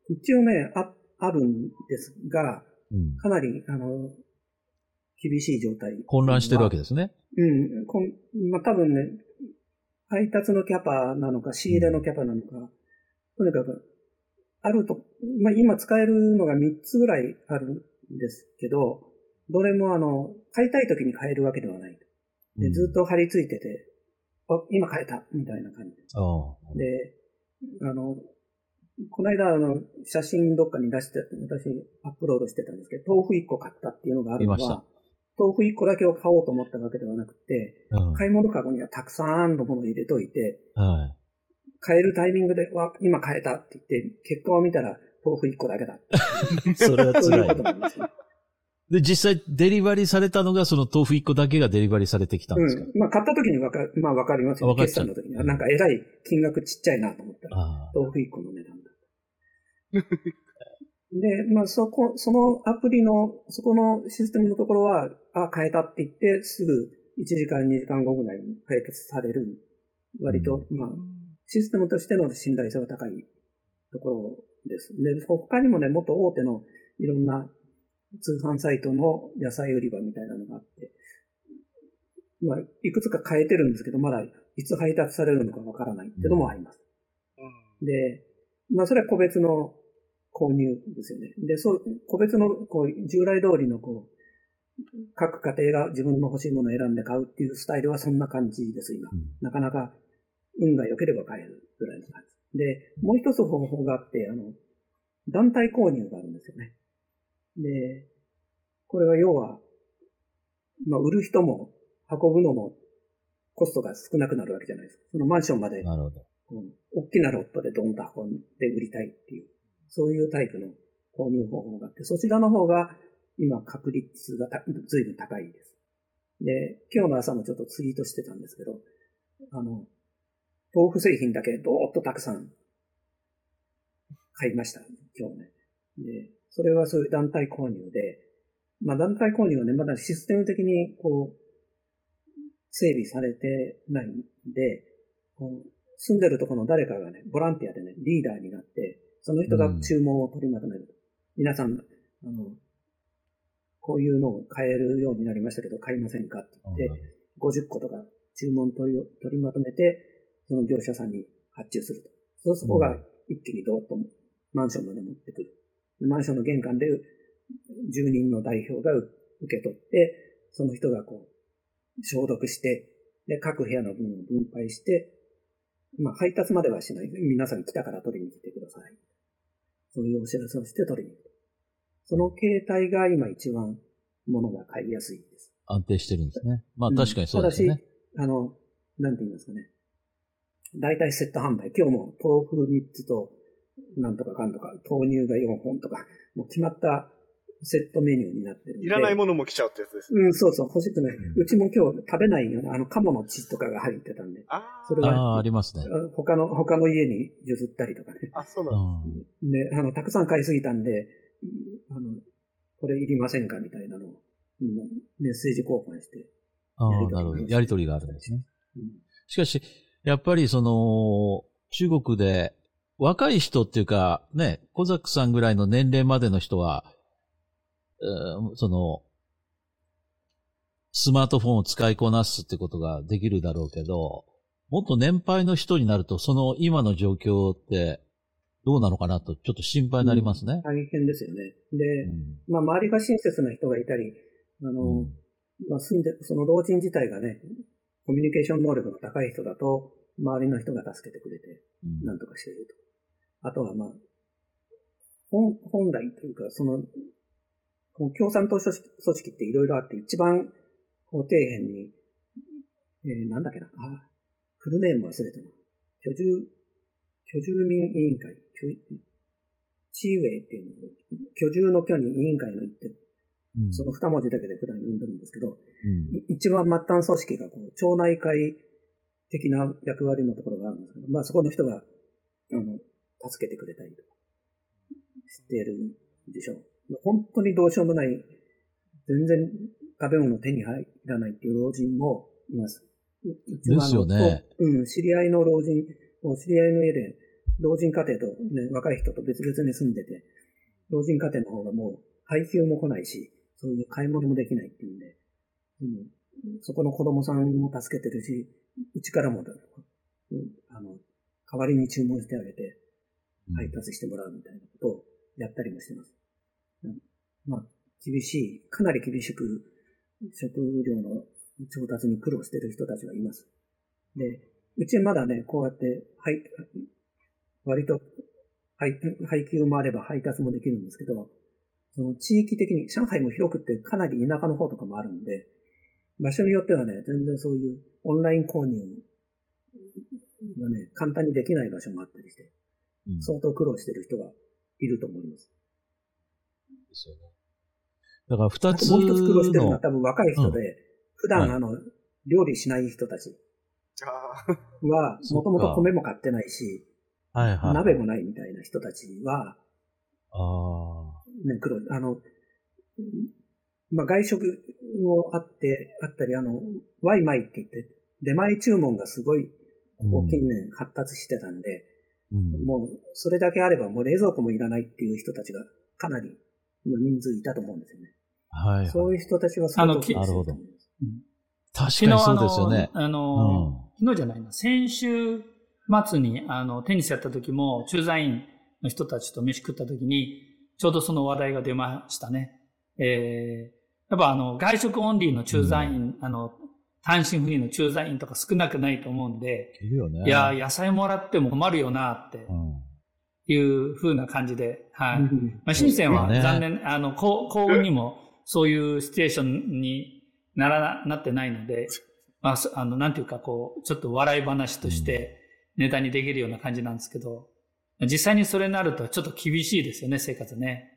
一応ね、あ、あるんですが、うん、かなり、あの、厳しい状態。 混乱してるわけですね。 うん。こんまあ、多分ね、配達のキャパなのか、仕入れのキャパなのか、うん、とにかく、あると、まあ、今使えるのがみっつぐらいあるんですけど、どれもあの、買いたい時に買えるわけではない。で、ずっと張り付いてて、うん、あ、今買えたみたいな感じです。で、あの、この間、あの、写真どっかに出して、私アップロードしてたんですけど、豆腐いっこ買ったっていうのがあるのは、豆腐いっこだけを買おうと思ったわけではなくて、うん、買い物カゴにはたくさんのものを入れといて、はい、買えるタイミングで、わ、今買えたって言って、結果を見たら豆腐いっこだけだ。 それは辛い。 そういうことなんですね。 で、実際デリバリーされたのが、その豆腐いっこだけがデリバリーされてきたんですか？ うん。まあ、買った時にわか、まあ、わかりますよね。決算の時には。なんか、えらい金額ちっちゃいなと思ったら、豆腐いっこの値段だ。で、まあ、そこ、そのアプリの、そこのシステムのところは、あ、変えたって言って、すぐいちじかん、にじかんごぐらいに解決される。割と、うん、まあ、システムとしての信頼性が高いところです。で、他にもね、もっと大手のいろんな通販サイトの野菜売り場みたいなのがあって、まあ、いくつか変えてるんですけど、まだいつ配達されるのかわからないっていうのもあります。うん、で、まあ、それは個別の購入ですよね。で、そう、個別の、こう、従来通りの、こう、各家庭が自分の欲しいものを選んで買うっていうスタイルはそんな感じです、今。うん、なかなか運が良ければ買えるぐらいの感じ。で、もう一つ方法があって、あの、団体購入があるんですよね。で、これは要は、まあ、売る人も運ぶのもコストが少なくなるわけじゃないですか。そのマンションまで、 なるほど。 うん、大きなロットでドンと運んで売りたいっていう、そういうタイプの購入方法があって、そちらの方が今確率がずいぶん高いです。で、今日の朝もちょっとツイートしてたんですけど、あの、豆腐製品だけどーっとたくさん買いました、今日ね。で、それはそういう団体購入で、まあ団体購入はね、まだシステム的にこう、整備されてないんで、こう住んでるところの誰かがね、ボランティアでね、リーダーになって、その人が注文を取りまとめる。うん、皆さん、あの、こういうのを買えるようになりましたけど、買いませんかって言って、ごじゅっことか注文取り取りまとめて、その業者さんに発注すると。そうそこが一気にどーっとマンションまで持ってくる。マンションの玄関で住人の代表が受け取って、その人がこう、消毒して、で、各部屋の分を分配して、まあ配達まではしない。皆さん来たから取りに来てください。そういうお知らせをして取りに行く。その形態が今一番物が買いやすいです。 安定してるんですね。まあ確かにそうですね。 うん、ただし、あの、なんて言いますかね。大体セット販売。今日も豆腐みっつと、なんとかかんとか、豆乳がよんほんとか、もう決まったセットメニューになってるんで。 いらないものも来ちゃうってやつですね。 うん、そうそう、欲しくない。うん、うちも今日食べないような、あの、鴨の血とかが入ってたんで。 あそれはあ、ありますね。 他の、他の家に譲ったりとかね。 あ、そうなんです。で、あの、たくさん買いすぎたんで、あの、これいりませんかみたいなのを、うん、メッセージ交換して。 ああ、なるほど。やりとりがあるんですね。うん、しかし、やっぱりその、中国で若い人っていうか、ね、小ザックさんぐらいの年齢までの人は、その、スマートフォンを使いこなすってことができるだろうけど、もっと年配の人になると、その今の状況ってどうなのかなと、ちょっと心配になりますね。うん、 大変ですよね。で、うん、まあ、周りが親切な人がいたり、あの、うん、まあ、住んで、その老人自体がね、コミュニケーション能力の高い人だと、周りの人が助けてくれて、なんとかしていると。あとは、まあ、本、本来というか、その、この共産党組織、組織っていろいろあって、一番、こう、底辺に、えー、なんだっけな、あ、フルネーム忘れたな。居住、居住民委員会、チーウェイっていうのを、居住の居に委員会の言ってる。うん、その二文字だけで普段呼んでるんですけど、うん、一番末端組織がこう町内会的な役割のところがあるんですけど、まあそこの人が、あの、助けてくれたりとかしてるんでしょう。本当にどうしようもない、全然食べ物手に入らないっていう老人もいます。 ですよね。 うん、知り合いの老人、知り合いの家で、老人家庭と、ね、若い人と別々に住んでて、老人家庭の方がもう配給も来ないし、そういう買い物もできないっていうんで、うん、そこの子供さんも助けてるし、うちからも、うん、あの、代わりに注文してあげて、配達してもらうみたいなことをやったりもしてます。うん、まあ、厳しい、かなり厳しく食料の調達に苦労してる人たちがいます。で、うちはまだね、こうやって、はい、割と配、配給もあれば配達もできるんですけど、その地域的に、上海も広くってかなり田舎の方とかもあるんで、場所によってはね、全然そういうオンライン購入がね、簡単にできない場所もあったりして、うん、相当苦労してる人がいると思います。 ですよね。だから二つの。 もう一つ苦労してるのは多分若い人で、うん、普段あの、はい、料理しない人たちは、もともと米も買ってないし、はいはい、鍋もないみたいな人たちは、あね、苦労、あの、まあ、外食もあって、あったり、あの、ワイマイって言って、出前注文がすごい、こう近年発達してたんで、うん、もう、それだけあればもう冷蔵庫もいらないっていう人たちがかなりの人数いたと思うんですよね。 はい、はい。 そういう人たちは相当厳しいと思います。 うん、確かにそうですよね。 あの、うん、昨日じゃないな、先週末にあのテニスやった時も駐在員の人たちと飯食った時にちょうどその話題が出ましたね。えー、やっぱあの外食オンリーの駐在員、うん、あの単身フリーの駐在員とか少なくないと思うんで、 いるよね、 いや野菜もらっても困るよなっていう風な感じで、はい。うん、まあ深センは残念、ね、あの幸運にもそういうシチュエーションにならなってないので、まああのなんていうかこうちょっと笑い話としてネタにできるような感じなんですけど。実際にそれになるとちょっと厳しいですよね、生活ね。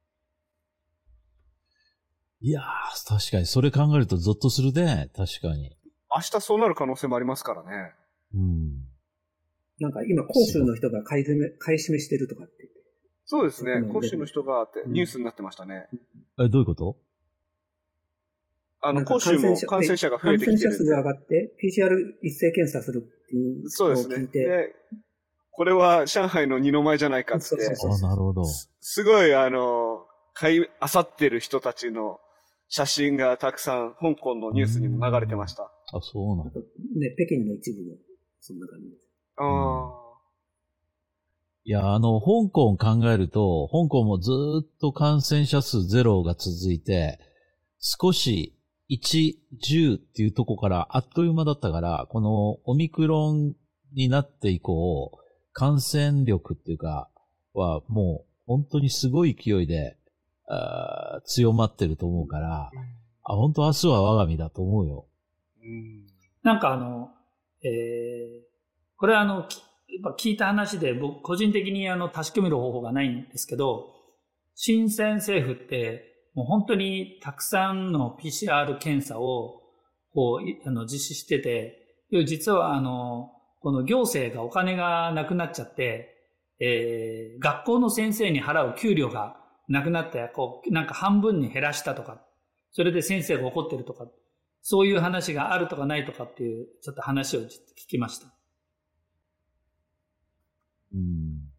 いやー、確かにそれ考えるとゾッとするね、確かに。 明日そうなる可能性もありますからね。 うん。なんか今、広州の人が買い占め、買い占めしてるとかって言って。 そうですね、広州の人がってニュースになってましたね。 うん、え、どういうこと？ あの、広州も感染者が増えてきてる。 感染者数が上がって、ピーシーアール 一斉検査するっていうのを聞いて。 そうですね。でこれは上海の二の舞じゃないかって。そうそうそうあ、なるほど。 すごい、あの、買い漁ってる人たちの写真がたくさん香港のニュースにも流れてました。あ、 そうなんだ。 ね、北京の一部の、そんな感じです。 ああ、うん。 いや、あの、香港を考えると、香港もずーっと感染者数ゼロが続いて、少しいち、じゅうっていうとこからあっという間だったから、このオミクロンになって以降、感染力っていうか、はもう本当にすごい勢いで、あ強まってると思うから、うん、あ、本当明日は我が身だと思うよ。 うん、なんかあの、えー、これはあの、やっぱ聞いた話で僕個人的にあの確かめる方法がないんですけど、深セン政府ってもう本当にたくさんの ピーシーアール 検査をこうあの実施してて、実はあの、この行政がお金がなくなっちゃって、えー、学校の先生に払う給料がなくなって、こう、なんか半分に減らしたとか、それで先生が怒ってるとか、そういう話があるとかないとかっていう、ちょっと話を聞きました。 うん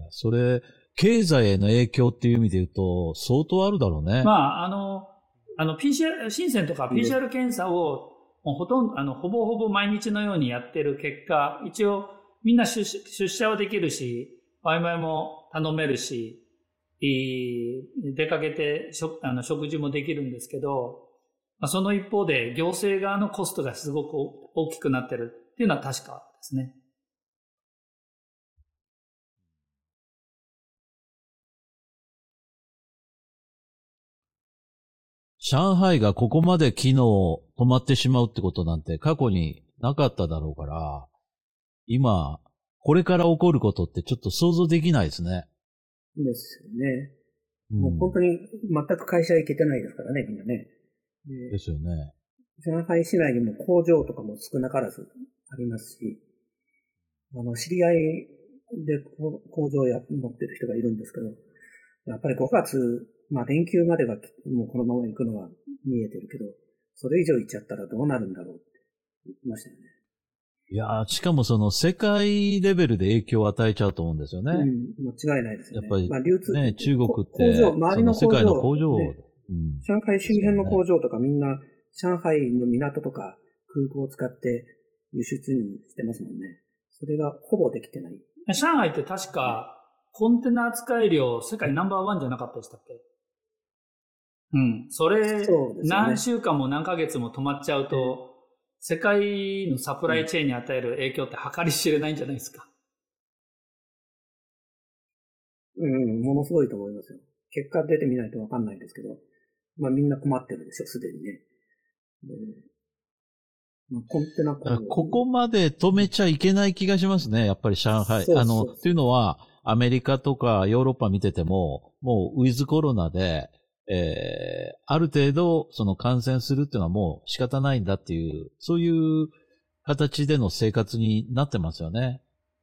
それ、経済への影響っていう意味で言うと、相当あるだろうね。 まあ、あの、あの、ピーシーアール、深センとか ピーシーアール 検査を、もうほとんど、あの、ほぼほぼ毎日のようにやってる結果、一応、みんな出出社はできるし、ワイワイも頼めるし、出かけて食あの食事もできるんですけど、まあ、その一方で行政側のコストがすごく大きくなってるっていうのは確かですね。 上海がここまで機能止まってしまうってことなんて過去になかっただろうから、今、これから起こることってちょっと想像できないですね。 ですよね。 うん、 もう本当に全く会社行けてないですからね、みんなね。 でですよね。 上海市内にも工場とかも少なからずありますし、あの、知り合いで工場や持ってる人がいるんですけど、やっぱりごがつ、まあ連休まではもうこのまま行くのは見えてるけど、それ以上行っちゃったらどうなるんだろうって言ってましたよね。 いやー、しかもその世界レベルで影響を与えちゃうと思うんですよね。 うん、間違いないですよね。 やっぱり、 まあ、流通ね、中国って、 工場、周りの工場、 世界の工場、 ねうん、上海周辺の工場とかみんな、上海の港とか空港を使って輸出入してますもんね。それがほぼできてない。 上海って確か、コンテナ扱い量世界ナンバーワンじゃなかったでしたっけ？うん。それ、そね、何週間も何ヶ月も止まっちゃうと、うん、世界のサプライチェーンに与える影響って計り知れないんじゃないですか。 うん、ものすごいと思いますよ。結果出てみないとわかんないですけど、まあみんな困ってるでしょ、すでにね。まあ、コンテナ工ここまで止めちゃいけない気がしますね、やっぱり上海。そうそうあの、っていうのは、アメリカとかヨーロッパ見てても、もうウィズコロナで、えー、ある程度その感染するっていうのはもう仕方ないんだっていう、そういう形での生活になってますよね。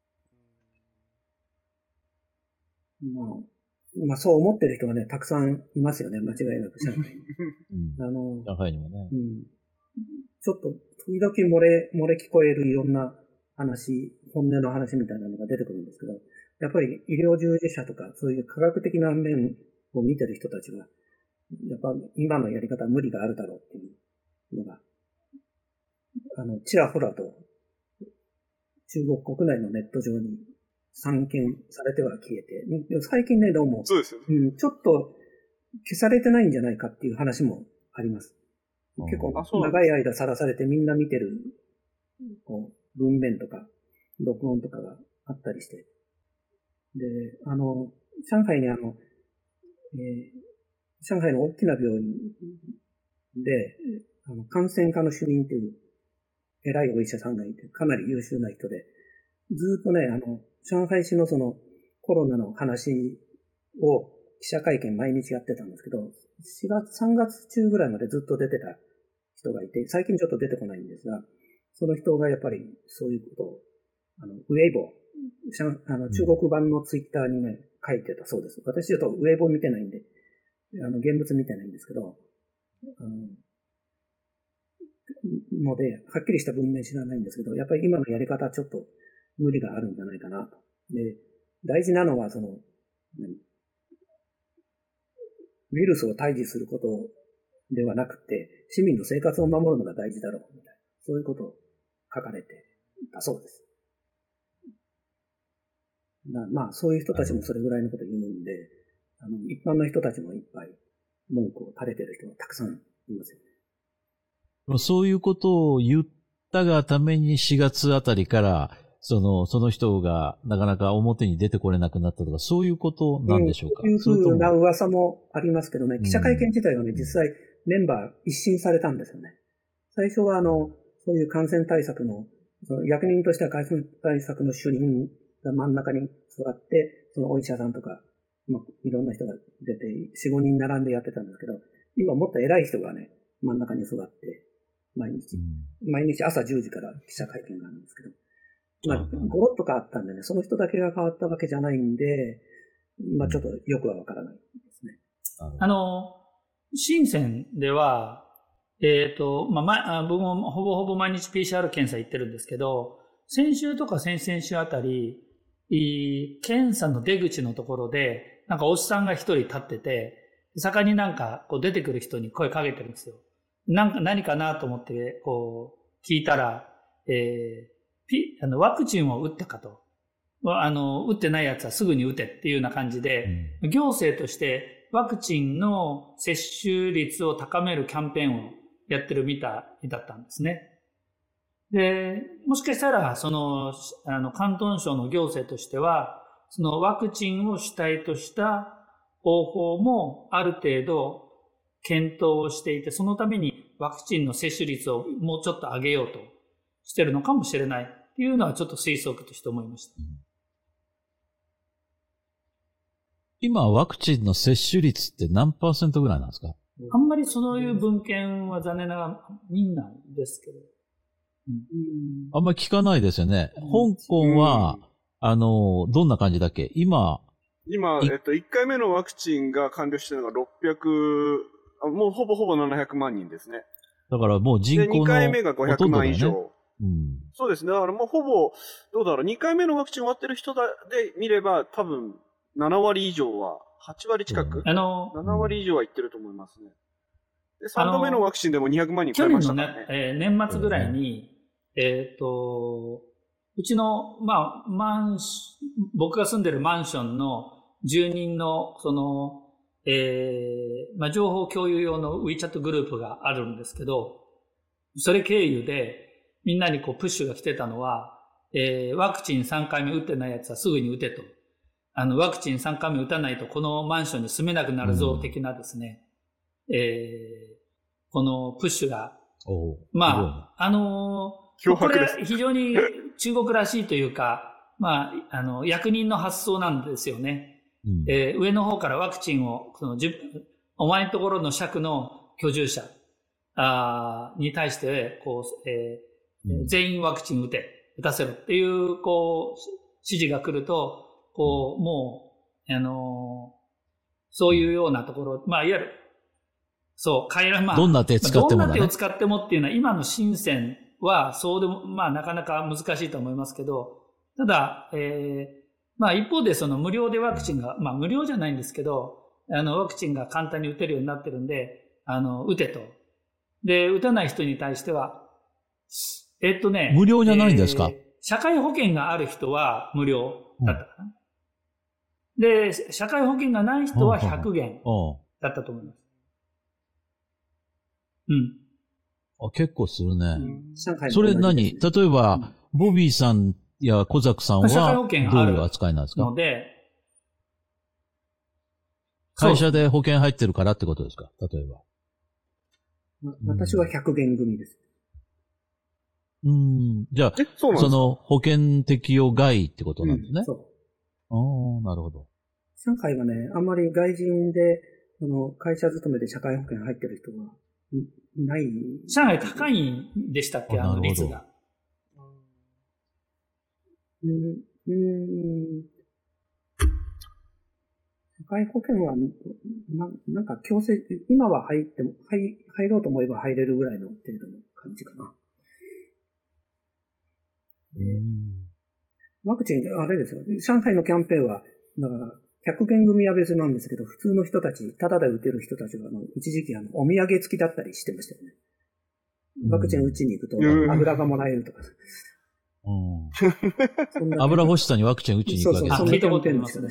まあ、まあそう思ってる人がね、たくさんいますよね、間違いなく上海に。 うん、あの上海にもね、 うん。ちょっと時々漏れ、漏れ聞こえるいろんな話、本音の話みたいなのが出てくるんですけど、やっぱり医療従事者とかそういう科学的な面を見てる人たちは、やっぱ今のやり方は無理があるだろうっていうのが、あの、ちらほらと中国国内のネット上に散見されては消えて、最近ね、どうも、 そうですよね。 うん、ちょっと消されてないんじゃないかっていう話もあります。結構長い間さらされてみんな見てるこう文面とか録音とかがあったりして、で、あの、上海にあの、えー、上海の大きな病院で、あの感染科の主任という偉いお医者さんがいて、かなり優秀な人で、ずっとね、あの、上海市のそのコロナの話を記者会見毎日やってたんですけど、しがつ、さんがつ中ぐらいまでずっと出てた人がいて、最近ちょっと出てこないんですが、その人がやっぱりそういうことを、あの、ウェイボー、あの中国版のツイッターにね、書いてたそうです。私ちょっとウェイボー見てないんで、あの、現物見てないんですけど、あの、ので、はっきりした文面知らないんですけど、やっぱり今のやり方はちょっと無理があるんじゃないかなと。で、大事なのはその、ウイルスを退治することではなくて、市民の生活を守るのが大事だろうみたいな、そういうことを書かれていたそうです。まあ、そういう人たちもそれぐらいのことを言うんで、あの一般の人たちもいっぱい文句を垂れてる人がたくさんいますよね。 そういうことを言ったがためにしがつあたりから、その、その人がなかなか表に出てこれなくなったとか、そういうことなんでしょうか。 うん、そういうふうな噂もありますけどね、記者会見自体はね、実際メンバー一新されたんですよね。最初はあの、そういう感染対策の、その役人としては感染対策の主任が真ん中に座って、そのお医者さんとか、まあ、いろんな人が出て、よん、ごにん並んでやってたんですけど、今もっと偉い人がね、真ん中に座って、毎日、毎日朝じゅうじから記者会見があるんですけど、まあ、ごろっと変わったんでね、その人だけが変わったわけじゃないんで、まあちょっとよくはわからないですね。 あの、深センでは、えっと、まあ、ま、僕もほぼほぼ毎日 ピーシーアール 検査行ってるんですけど、先週とか先々週あたり、 い検査の出口のところで、なんかおっさんが一人立ってて、盛んになんかこう出てくる人に声かけてるんですよ。なんか何かなと思ってこう聞いたら、えー、ピあのワクチンを打ったかと。あの、打ってないやつはすぐに打てっていうような感じで、うん、行政としてワクチンの接種率を高めるキャンペーンをやってるみたいだったんですね。で、もしかしたら、その、あの、広東省の行政としては、そのワクチンを主体とした方法もある程度検討をしていて、そのためにワクチンの接種率をもうちょっと上げようとしてるのかもしれないっていうのはちょっと推測として思いました。 今、ワクチンの接種率って何パーセントぐらいなんですか？ あんまりそういう文献は残念ながら見ないですけど。 うん、あんまり聞かないですよね。うん、香港は、うん、あの、どんな感じだっけ今。 今、えっと、いっかいめのワクチンが完了してるのがろっぴゃく、あもうほぼほぼななひゃくまんにんですね。 だからもう人口の、ね、 にかいめがごひゃくまん以上。 うん、 そうですね。だからもうほぼ、どうだろう、にかいめのワクチン終わってる人で見れば、多分、ななわり以上は、はちわり近く、 あのななわり以上はいってると思いますね。で、さんどめのワクチンでもにひゃくまんにん超えましたからね。 去年の、ねえー、年末ぐらいに、えっと、うちの、まあ、マンシ、僕が住んでるマンションの住人の、その、えー、まあ、情報共有用の WeChat グループがあるんですけど、それ経由でみんなにこうプッシュが来てたのは、えー、ワクチンさんかいめ打ってないやつはすぐに打てと。あの、ワクチンさんかいめ打たないとこのマンションに住めなくなるぞ、的なですね、うん、えー、このプッシュが、まあ、あのー、これ非常に中国らしいというか、まあ、あの、役人の発想なんですよね。うんえー、上の方からワクチンを、その、お前のところの社の居住者あに対して、こう、えーうん、全員ワクチン打て、打たせろっていう、こう、指示が来ると、こう、もう、あのー、そういうようなところ、まあ、いわゆる、そう、変えら、まあ、 どんな手使っても、ね、 どんな手を使ってもっていうのは、今の深センは、そうでも、まあ、なかなか難しいと思いますけど、ただ、えー、まあ、一方で、その無料でワクチンが、まあ、無料じゃないんですけど、あの、ワクチンが簡単に打てるようになってるんで、あの、打てと。で、打たない人に対しては、えっとね。 無料じゃないんですか？ えー、社会保険がある人は無料だったかな。うん、で、社会保険がない人はひゃくげんだったと思います。うん。 あ、結構するね。うん、それ何？例えば、うん、ボビーさんや小ザクさんはどういう扱いなんですか？ ので、 会社で保険入ってるからってことですか？例えば。 私はひゃくげん組です。 うん。じゃあ、そ, その保険適用外ってことなんですね。うん、そう。ああ、なるほど。 上海はね、あんまり外人で、その会社勤めで社会保険入ってる人がいない。 上海高いんでしたっけ、あの率が。 うん、うん。社会保険はな、なんか強制、今は入っても、入、入ろうと思えば入れるぐらいの程度の感じかな。うん、ワクチン、あれですよ。上海のキャンペーンは、だから、ひゃくげん組は別なんですけど、普通の人たち、ただで打てる人たちが、あの一時期あの、お土産付きだったりしてましたよね。ワクチン打ちに行くと、油がもらえるとか。 うん、油欲しさにワクチン打ちに行くわけですね。 そうそう、聞いたことありますね。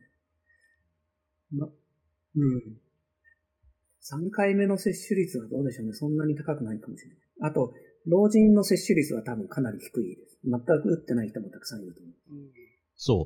ま、うん。さんかいめの接種率はどうでしょうね。そんなに高くないかもしれない。あと、老人の接種率は多分かなり低いです。全く打ってない人もたくさんいると思う。うん、 そう。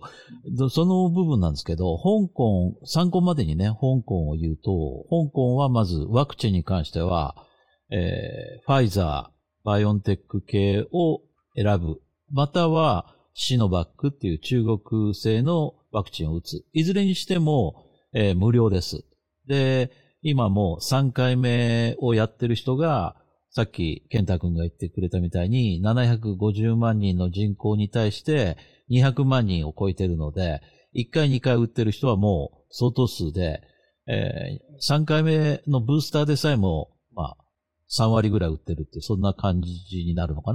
その部分なんですけど、香港、参考までにね、香港を言うと、香港はまずワクチンに関しては、えー、ファイザー、バイオンテック系を選ぶ。または、シノバックっていう中国製のワクチンを打つ。いずれにしても、えー、無料です。で、今もさんかいめをやってる人が、さっき健太君が言ってくれたみたいに、ななひゃくごじゅうまんにんの人口に対してにひゃくまんにんを超えてるので、いっかいにかい打ってる人はもう相当数で、えー、さんかいめのブースターでさえも、まあ、さんわりぐらい打ってるって、そんな感じになるのかな？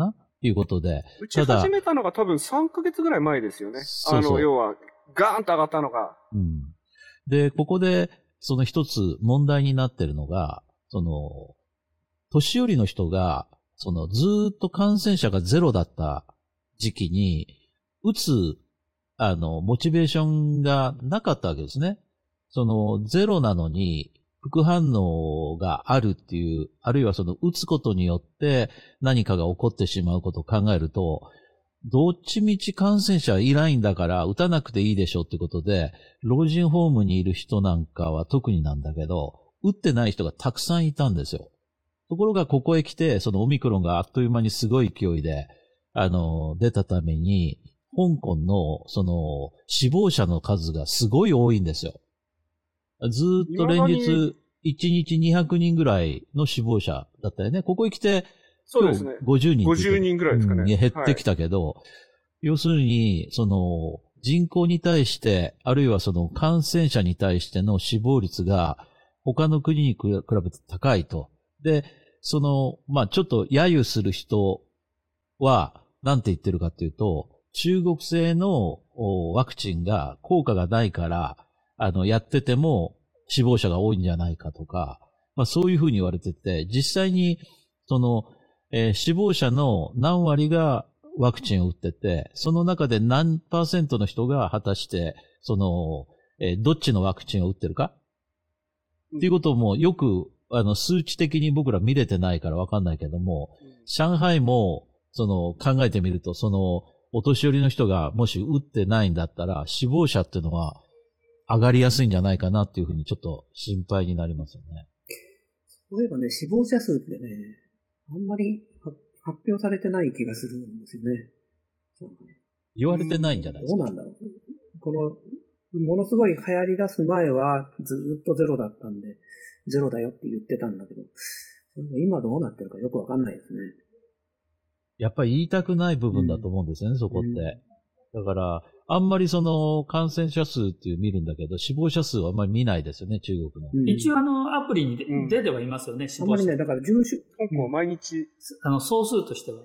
いうことで。 打ち始めたのが多分さんかげつぐらい前ですよね。そうそう。あの、要は、ガーンと上がったのが。 うん。で、ここで、その一つ問題になってるのが、その、年寄りの人が、その、ずーっと感染者がゼロだった時期に、打つ、あの、モチベーションがなかったわけですね。その、ゼロなのに、副反応があるっていう、あるいはその、打つことによって何かが起こってしまうことを考えると、どっちみち感染者いないんだから打たなくていいでしょってことで、老人ホームにいる人なんかは特になんだけど、打ってない人がたくさんいたんですよ。ところがここへ来て、そのオミクロンがあっという間にすごい勢いで、あの、出たために、香港のその死亡者の数がすごい多いんですよ。ずーっと連日いちにちにひゃくにんぐらいの死亡者だったよね。ここへ来て、 そうですね。 ごじゅうにん。 ごじゅうにんぐらいですかね。 うん、減ってきたけど、はい、要するに、その、人口に対して、あるいはその感染者に対しての死亡率が、他の国に比べて高いと。で、その、まあ、ちょっと揶揄する人は、なんて言ってるかっていうと、中国製のワクチンが効果がないから、あの、やってても死亡者が多いんじゃないかとか、まあ、そういうふうに言われてて、実際に、その、えー、死亡者の何割がワクチンを打ってて、その中で何パーセントの人が果たして、その、えー、どっちのワクチンを打ってるかっていうこともよく、あの、数値的に僕ら見れてないからわかんないけども、上海も、その、考えてみると、その、お年寄りの人がもし打ってないんだったら、死亡者っていうのは上がりやすいんじゃないかなっていうふうにちょっと心配になりますよね。 そういえばね、死亡者数ってね、あんまり発表されてない気がするんですよね。 言われてないんじゃないですか。 どうなんだろう。この、ものすごい流行り出す前はずっとゼロだったんで、ゼロだよって言ってたんだけど、今どうなってるかよくわかんないですね。 やっぱり言いたくない部分だと思うんですよね、うん、そこって。だから、あんまりその感染者数っていう見るんだけど、死亡者数はあんまり見ないですよね、中国の。 うん、一応あの、アプリに出、うん、出てはいますよね、死亡者。あんまりね、 だから重症、 香港は毎日、 あの、総数としては。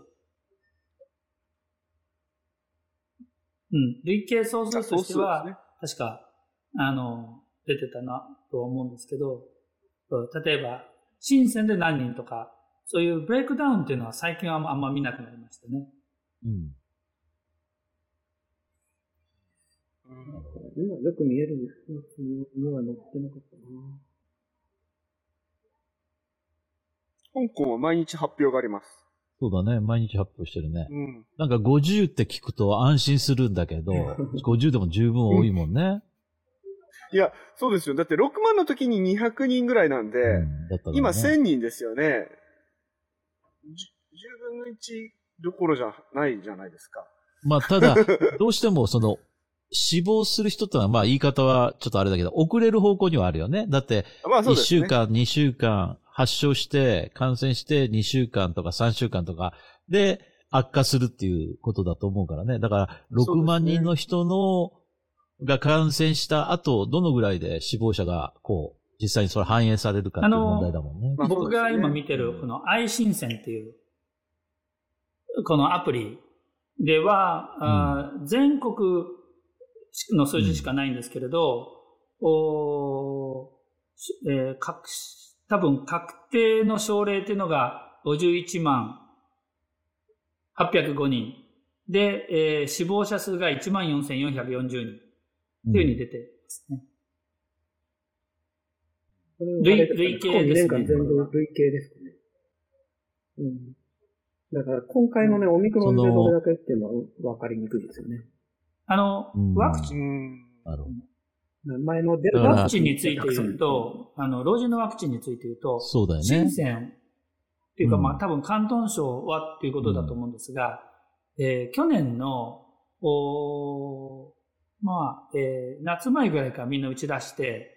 うん、累計総数としては、ね、確か、あの、出てたなと思うんですけど、例えば、深センで何人とか、そういうブレイクダウンっていうのは最近はあんま見なくなりましたね。 うん。 今よく見えるのは載ってなかったな。 香港は毎日発表があります。 そうだね。毎日発表してるね。 うん。 なんかごじゅうって聞くと安心するんだけど、ごじゅうでも十分多いもんね。うんいや、そうですよ。だってろくまんの時ににひゃくにんぐらいなんで、うんだったね、今せんにんですよね。じゅうぶんのいちどころじゃないじゃないですか。 まあ、ただ、どうしてもその、死亡する人ってのは、まあ言い方はちょっとあれだけど、遅れる方向にはあるよね。だって、いっしゅうかん、にしゅうかん発症して、感染してにしゅうかんとかさんしゅうかんとかで悪化するっていうことだと思うからね。だから、ろくまんにんの人の、が感染した後、どのぐらいで死亡者が、こう、実際にそれ反映されるかっていう問題だもんね。 僕が今見てる、この iShinsen っていう、このアプリでは、うん、全国の数字しかないんですけれど、うん、おえー、か多分確定の症例っていうのがごじゅういちまんはっぴゃくごにんで、えー、死亡者数がいちまんよんせんよんひゃくよんじゅうにんというふうに出てますね。 うん、累, 累計ですね。にねんかん全部累計ですね。うん。だから今回のね、オミクロンでどれだけっていうのは分かりにくいですよね。 あの、 うん、 ワクチン、 前のデルタワクチンについて言うと、あの、老人のワクチンについて言うと、 そうだよね。 深センっていうか、うん、まあ多分広東省はっていうことだと思うんですが、うん、えー、去年の、おまあ、えー、夏前ぐらいからみんな打ち出して、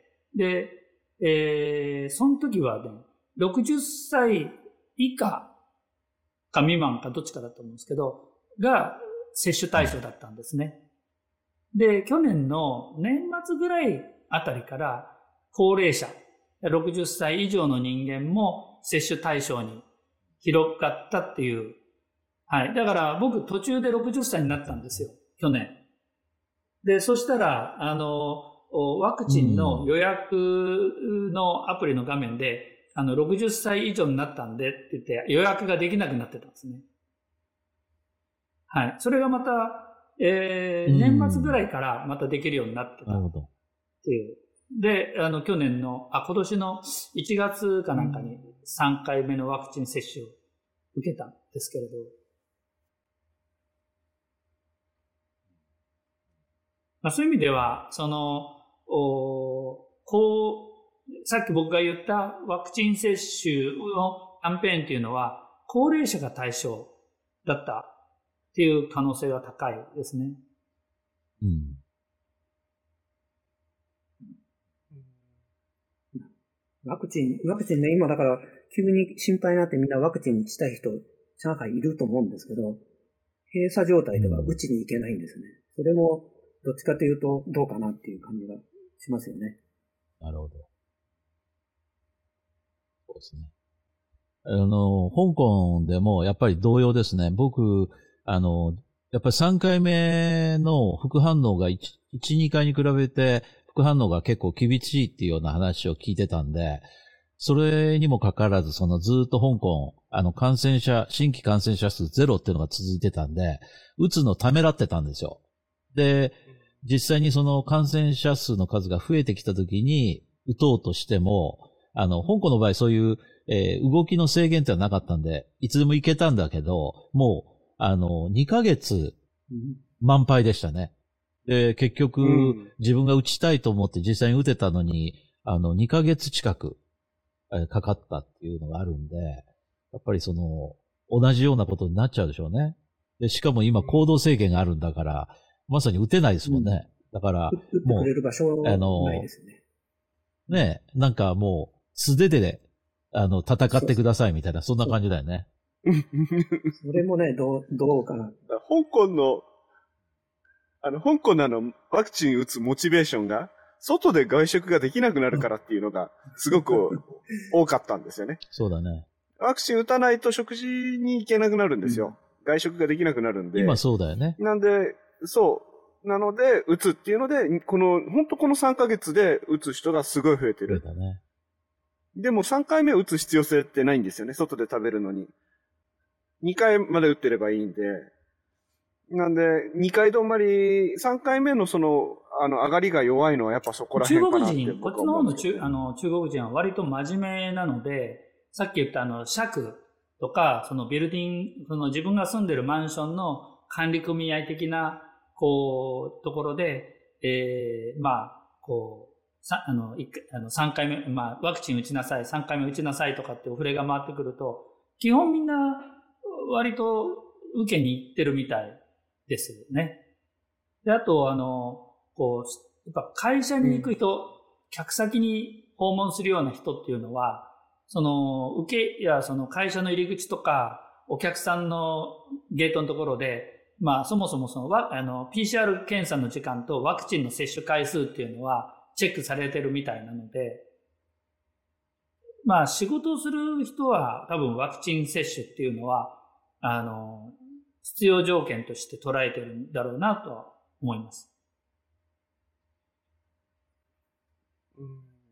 で、えー、その時はね、ろくじゅっさい以下か未満かどっちかだと思うんですけど、が接種対象だったんですね。で、去年の年末ぐらいあたりから高齢者、ろくじゅっさい以上の人間も接種対象に広がったっていうはい。だから僕途中でろくじゅっさいになったんですよ。去年。で、そしたら、あの、ワクチンの予約のアプリの画面で、あの、ろくじゅっさい以上になったんでって言って予約ができなくなってたんですね。はい。それがまた、えー、年末ぐらいからまたできるようになってたっていう。で、あの、去年の、あ、今年のいちがつかなんかにさんかいめのワクチン接種を受けたんですけれど、まあ、そういう意味では、その、おこう、さっき僕が言ったワクチン接種のキャンペーンっていうのは、高齢者が対象だったっていう可能性が高いですね。 うん。 ワクチン、ワクチンね、今だから急に心配になってみんなワクチン打ちたい人、上海いると思うんですけど、閉鎖状態では打ちに行けないんですね。それも、どっちかというとどうかなっていう感じがしますよね。 なるほど。そうですね。あの、香港でもやっぱり同様ですね。僕、あの、やっぱりさんかいめの副反応がいち、にかいに比べて副反応が結構厳しいっていうような話を聞いてたんで、それにもかかわらず、そのずっと香港、あの感染者、新規感染者数ゼロっていうのが続いてたんで、打つのためらってたんですよ。で、実際にその感染者数の数が増えてきたときに打とうとしても、あの、香港の場合そういう、えー、動きの制限ってのはなかったんで、いつでも行けたんだけど、もう、あの、にかげつ満杯でしたね。で、結局、うん、自分が打ちたいと思って実際に打てたのに、あの、にかげつ近く、えー、かかったっていうのがあるんで、やっぱりその、同じようなことになっちゃうでしょうね。で、しかも今行動制限があるんだから、まさに打てないですもんね。うん、だから、もう、 あの、ないですね。 ねえ、なんかもう、素手で、あの、戦ってくださいみたいな、そんな感じだよね。 それもね、どう、どうかな。 香港の、あの、香港のあの、ワクチン打つモチベーションが、外で外食ができなくなるからっていうのが、すごく多かったんですよね。 そうだね。 ワクチン打たないと食事に行けなくなるんですよ。うん、外食ができなくなるんで。 今そうだよね。 なんで、そう。なので、打つっていうので、この、本当このさんかげつで打つ人がすごい増えてる。 増えたね。 でもさんかいめ打つ必要性ってないんですよね。外で食べるのに。にかいまで打ってればいいんで。なんで、にかい止まり、さんかいめのその、あの、上がりが弱いのはやっぱそこら辺かなって。 中国人、こっちの方の中、あの、中国人は割と真面目なので、さっき言ったあの、借とか、そのビルディング、その自分が住んでるマンションの管理組合的な、こう、ところで、えー、まあ、こう、さ、あの、一回、あの、さんかいめ、まあ、ワクチン打ちなさい、さんかいめ打ちなさいとかってお触れが回ってくると、基本みんな、割と受けに行ってるみたいですよね。で、あと、あの、こう、やっぱ会社に行く人、うん、客先に訪問するような人っていうのは、その、受け、いや、その会社の入り口とか、お客さんのゲートのところで、まあ、そもそもその、あの、ピーシーアール 検査の時間とワクチンの接種回数っていうのはチェックされてるみたいなので、まあ、仕事をする人は多分ワクチン接種っていうのは、あの、必要条件として捉えてるんだろうなとは思います。 うん、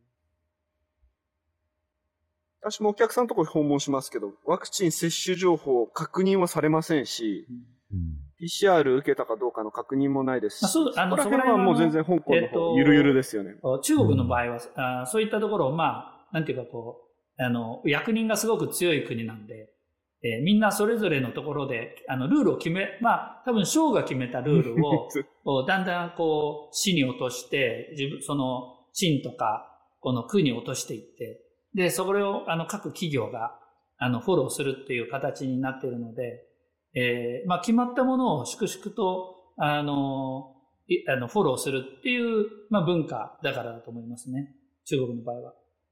私もお客さんのところ訪問しますけど、ワクチン接種情報確認はされませんし、うん、ピーシーアール 受けたかどうかの確認もないですし、あそうあのそこら辺はもう全然香港の方、ゆるゆるですよね。 中国の場合は、うん、あそういったところを、まあ、なんていうかこう、あの、役人がすごく強い国なんで、えー、みんなそれぞれのところで、あの、ルールを決め、まあ、多分省が決めたルールを、だんだんこう、市に落として、自分、その、市とか、この区に落としていって、で、それを、あの、各企業が、あの、フォローするっていう形になっているので、えー、まあ、決まったものを粛々と、あの、あの、フォローするっていう、まあ、文化だからだと思いますね。中国の場合は。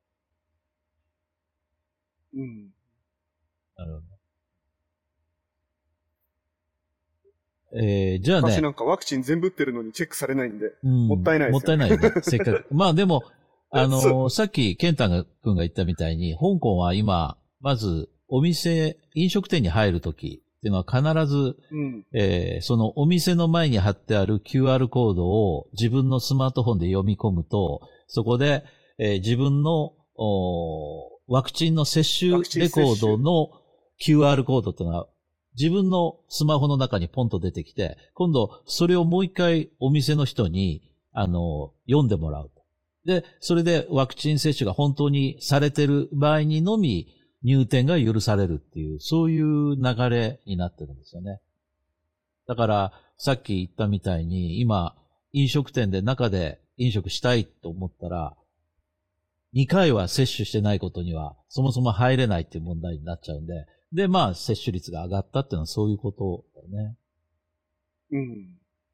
うん。 なるほど。えー、じゃあね。 私なんかワクチン全部打ってるのにチェックされないんで、うん、もったいないですよね。 もったいないよね。せっかく。まあでも、あの、さっきケンタ君が言ったみたいに、香港は今、まずお店、飲食店に入るとき、 っていうのは必ず、うんえー、そのお店の前に貼ってある キューアール コードを自分のスマートフォンで読み込むと、そこで、えー、自分のワクチンの接種レコードの キューアール コードっていうのは自分のスマホの中にポンと出てきて、今度それをもう一回お店の人にあの読んでもらう。で、それでワクチン接種が本当にされてる場合にのみ入店が許されるっていう、そういう流れになってるんですよね。だから、さっき言ったみたいに、今、飲食店で中で飲食したいと思ったら、にかいは接種してないことには、そもそも入れないっていう問題になっちゃうんで、で、まあ、接種率が上がったっていうのはそういうことだよね。 うん。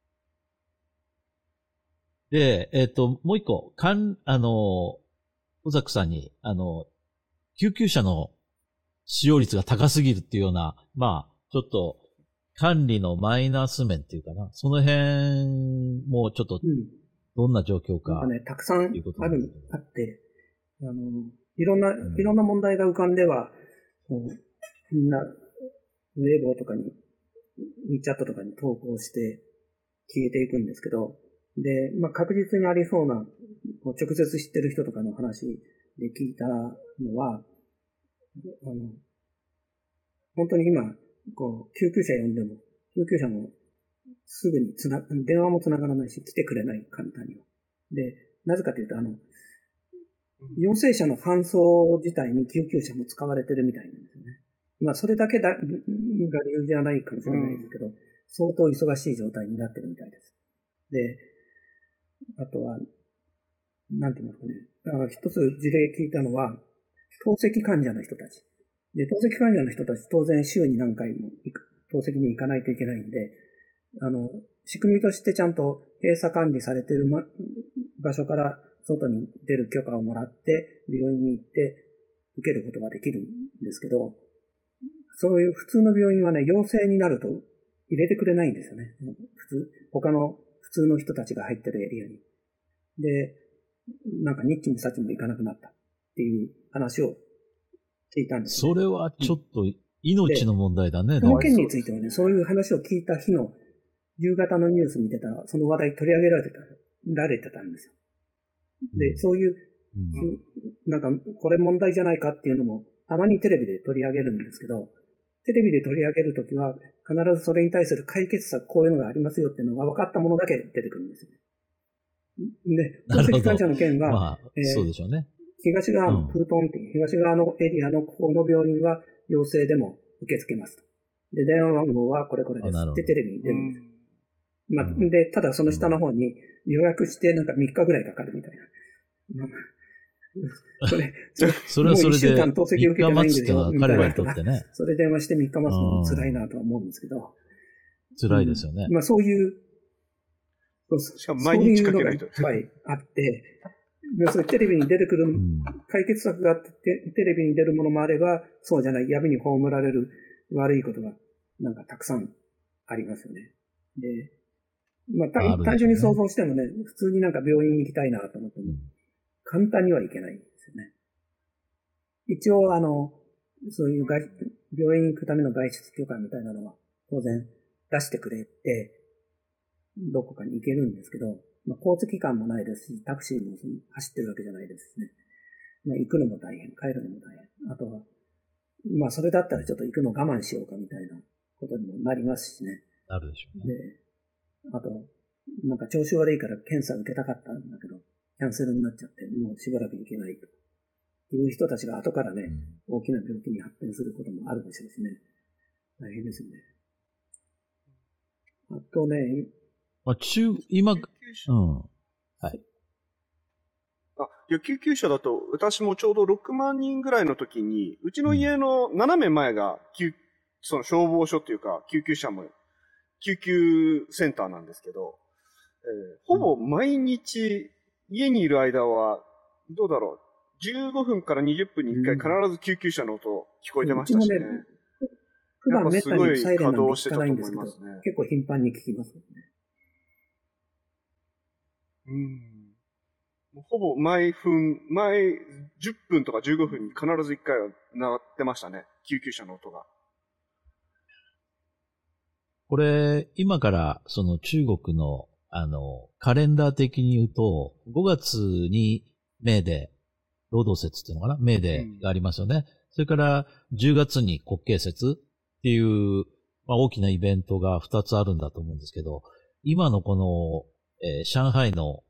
で、えっと、もう一個、かん、あの、小ザクさんに、あの、救急車の使用率が高すぎるっていうような、まあ、ちょっと、管理のマイナス面っていうかな、その辺もちょっと、どんな状況か、 うん。なんかね、たくさんある、あって、あの、いろんな、うん、いろんな問題が浮かんでは、みんな、ウェボーとかに、ウィチャットとかに投稿して消えていくんですけど、で、まあ、確実にありそうな、直接知ってる人とかの話で聞いたのは、あの、本当に今、こう、救急車呼んでも、救急車もすぐにつな、電話もつながらないし、来てくれない、簡単には。で、なぜかというと、あの、陽性者の搬送自体に救急車も使われてるみたいなんですよね。まあ、それだけだが理由じゃないかもしれないですけど、うん、相当忙しい状態になってるみたいです。で、あとは、なんて言いますかね。だから一つ事例聞いたのは、透析患者の人たち。で、透析患者の人たち、当然週に何回も透析に行かないといけないんで、あの、仕組みとしてちゃんと閉鎖管理されている場所から外に出る許可をもらって、病院に行って受けることができるんですけど、そういう普通の病院はね、陽性になると入れてくれないんですよね。普通、他の普通の人たちが入ってるエリアに。で、なんかニッチもサチも行かなくなったっていう話を聞いたんです、 ね。それはちょっと命の問題だね。 この件についてはね、そういう話を聞いた日の夕方のニュース見てたら、その話題取り上げられてた、られてたんですよ。で、うん、そういう、うん、なんか、これ問題じゃないかっていうのも、たまにテレビで取り上げるんですけど、テレビで取り上げるときは、必ずそれに対する解決策、こういうのがありますよっていうのが分かったものだけ出てくるんですよね。で、透析患者の件は、まあえー、そうでしょうね。 東側のプルトンっていう、東側のエリアのこの病院は陽性でも受け付けますと。で、電話番号はこれこれですってテレビに出るんです。まあ、で、ただその下の方に予約してなんかみっかぐらいかかるみたいな。それ、 それはそれで、 もういっしゅうかん透析受けてないんですよ。 彼らにとってね。 それ電話してみっか待つのも辛いなとは思うんですけど。 辛いですよね。 まあそういう、 しかも毎日かけないと。 はい、あって、それテレビに出てくる、解決策があって、テレビに出るものもあれば、そうじゃない、闇に葬られる悪いことが、なんかたくさんありますよね。で、まあ、単純に想像してもね、普通になんか病院に行きたいなと思っても、簡単にはいけないんですよね。一応、あの、そういう外病院に行くための外出許可みたいなのは、当然出してくれて、どこかに行けるんですけど、まあ、交通機関もないですし、タクシーも走ってるわけじゃないですしね。まあ、行くのも大変、帰るのも大変。あとは、まあ、それだったらちょっと行くの我慢しようかみたいなことにもなりますしね。 なるでしょうね。 で、あと、なんか調子悪いから検査受けたかったんだけど、キャンセルになっちゃって、もうしばらく行けないという人たちが後からね、うん、大きな病気に発展することもあるでしょうしね。大変ですよね。あとね、 まあ、中、今、うん。はい。 あ、いや、救急車だと、私もちょうどろくまんにんぐらいの時に、うちの家の斜め前が、救、その消防署っていうか、救急車も、救急センターなんですけど、えー、ほぼ毎日、家にいる間は、どうだろう、じゅうごふんからにじゅっぷんにいっかい必ず救急車の音聞こえてましたしね。うん、 普段めったにサイレンなんて聞かないんですけど、結構頻繁に聞きますよね。 うん。ほぼ毎分、毎じゅっぷんとかじゅうごふんに必ずいっかいは鳴ってましたね。救急車の音が。 これ、今からその中国の、あの、カレンダー的に言うと、ごがつにメーデー、労働節っていうのかなメーデーがありますよね。うん、それからじゅうがつに国慶節っていう、まあ、大きなイベントがふたつあるんだと思うんですけど、今のこの、えー、上海の、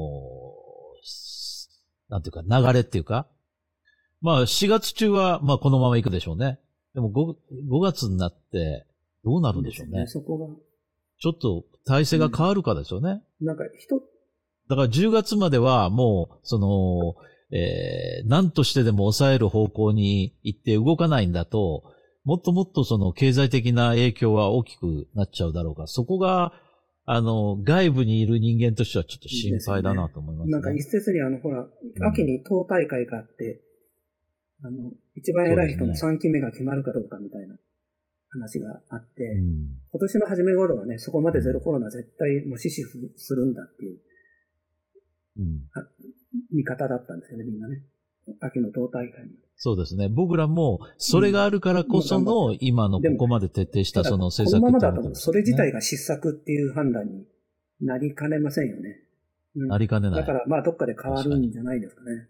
なんていうか流れっていうか、まあしがつ中はまあこのまま行くでしょうね。でも 5, 5月になってどうなるんでしょうね。ね、 そこが。 ちょっと体制が変わるかですよね。 うん、なんか人、 だからじゅうがつまではもう、その、えー、何としてでも抑える方向に行って動かないんだと、もっともっとその経済的な影響は大きくなっちゃうだろうが、そこが、あの、外部にいる人間としてはちょっと心配だなと思いますね。 なんか一説にあの、ほら、秋に党大会があって、うん、あの、一番偉い人のさんきめが決まるかどうかみたいな話があって、うん、今年の初め頃はね、そこまでゼロコロナ絶対もう死守するんだっていう、うん、見方だったんですよね、みんなね。秋の党大会に。 そうですね。僕らも、それがあるからこその、うん、今のここまで徹底したその政策って、ね、 このままだと、それ自体が失策っていう判断になりかねませんよね。 うん、なりかねない。 だから、まあ、どっかで変わるんじゃないですかね。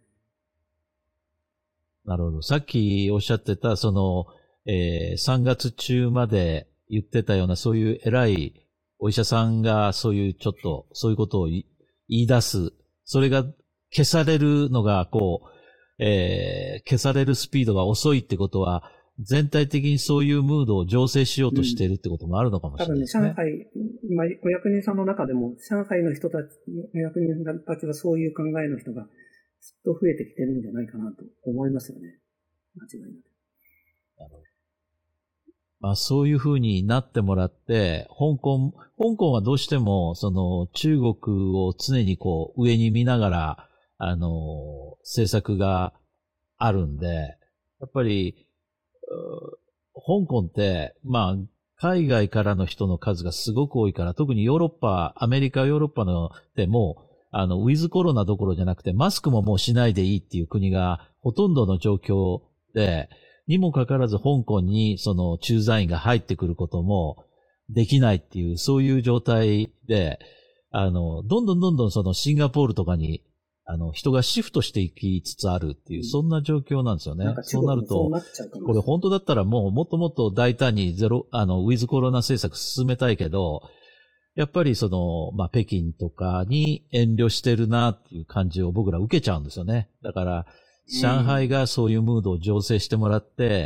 なるほど。さっきおっしゃってた、その、えー、さんがつ中まで言ってたような、そういう偉いお医者さんが、そういうちょっと、そういうことを言い出す。それが消されるのが、こう、えー、消されるスピードが遅いってことは、全体的にそういうムードを醸成しようとしているってこともあるのかもしれないですね。 うん、多分ね、上海、今、お役人さんの中でも、上海の人たち、お役人たちはそういう考えの人が、きっと増えてきてるんじゃないかなと思いますよね。間違いなく。 なるほど。まあそういう風になってもらって、香港、香港はどうしても、その中国を常にこう上に見ながら、あの、政策があるんで、やっぱり、香港って、まあ、海外からの人の数がすごく多いから、特にヨーロッパ、アメリカ、ヨーロッパのでも、あの、ウィズコロナどころじゃなくて、マスクももうしないでいいっていう国がほとんどの状況で、にもかかわらず香港にその駐在員が入ってくることもできないっていう、そういう状態で、あの、どんどんどんどんそのシンガポールとかに、あの、人がシフトしていきつつあるっていう、そんな状況なんですよね。うん、そうなると、これ本当だったらもうもっともっと大胆にゼロ、あの、ウィズコロナ政策進めたいけど、やっぱりその、まあ、北京とかに遠慮してるなっていう感じを僕ら受けちゃうんですよね。だから、上海がそういうムードを醸成してもらって、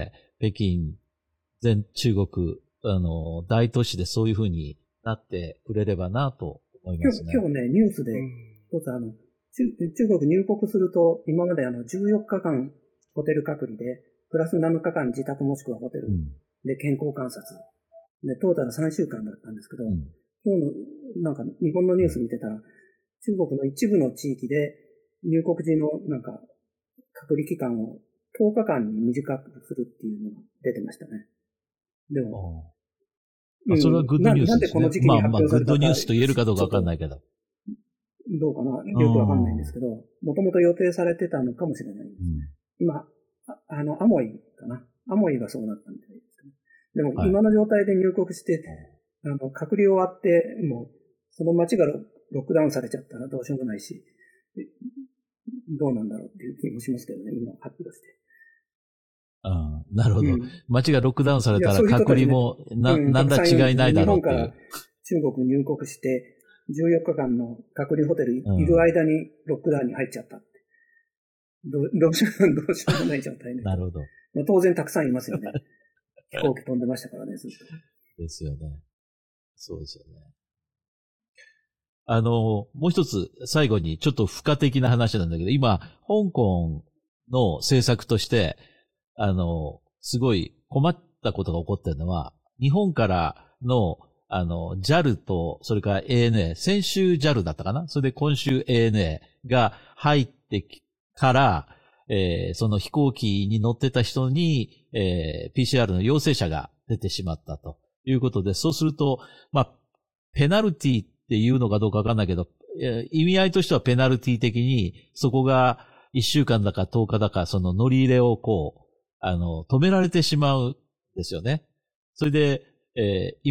北京、全中国、あの、大都市でそういう風になってくれればなと思いますね。 今日、今日ね、ニュースで、一つあの、中国入国すると、今まであの、じゅうよっかかんホテル隔離で、プラスなのかかん自宅もしくはホテルで健康観察。で、トータルさんしゅうかんだったんですけど、うん、今日の、なんか日本のニュース見てたら、中国の一部の地域で入国時のなんか隔離期間をとおかかんに短くするっていうのが出てましたね。でも、 うん、それはグッドニュースですね。なんでこの時期に発表されたか、まあまあグッドニュースと言えるかどうかわかんないけど。 どうかなよくわかんないんですけど、もともと予定されてたのかもしれないです、ね。うん、今、あ, あの、アモイかなアモイがそうなったみたいですね。でも、今の状態で入国して、はい、あの、隔離終わって、もう、その街がロックダウンされちゃったらどうしようもないし、どうなんだろうっていう気もしますけどね、今発表して。 ああ、なるほど、うん。街がロックダウンされたら隔離もな、うん、なんだ違いないだろうっていう。日本から中国に入国して、じゅうよっかかんの隔離ホテルいる間にロックダウンに入っちゃったって。どう、どうしよう、どうしようもない状態で。 なるほど。 まあ、当然たくさんいますよね。飛行機飛んでましたからね、ずっと。ですよね。そうですよね。あの、もう一つ最後にちょっと付加的な話なんだけど、今、香港の政策として、あの、すごい困ったことが起こってるのは、日本からのあの、ジャル と、それから エーエヌエー、先週 ジャル だったかなそれで今週 エーエヌエー が入ってから、えー、その飛行機に乗ってた人に、えー、ピーシーアール の陽性者が出てしまったということで、そうすると、まあ、ペナルティっていうのかどうかわかんないけど、意味合いとしてはペナルティ的に、そこがいっしゅうかんだかとおかだか、その乗り入れをこう、あの、止められてしまうんですよね。それで、えー、今、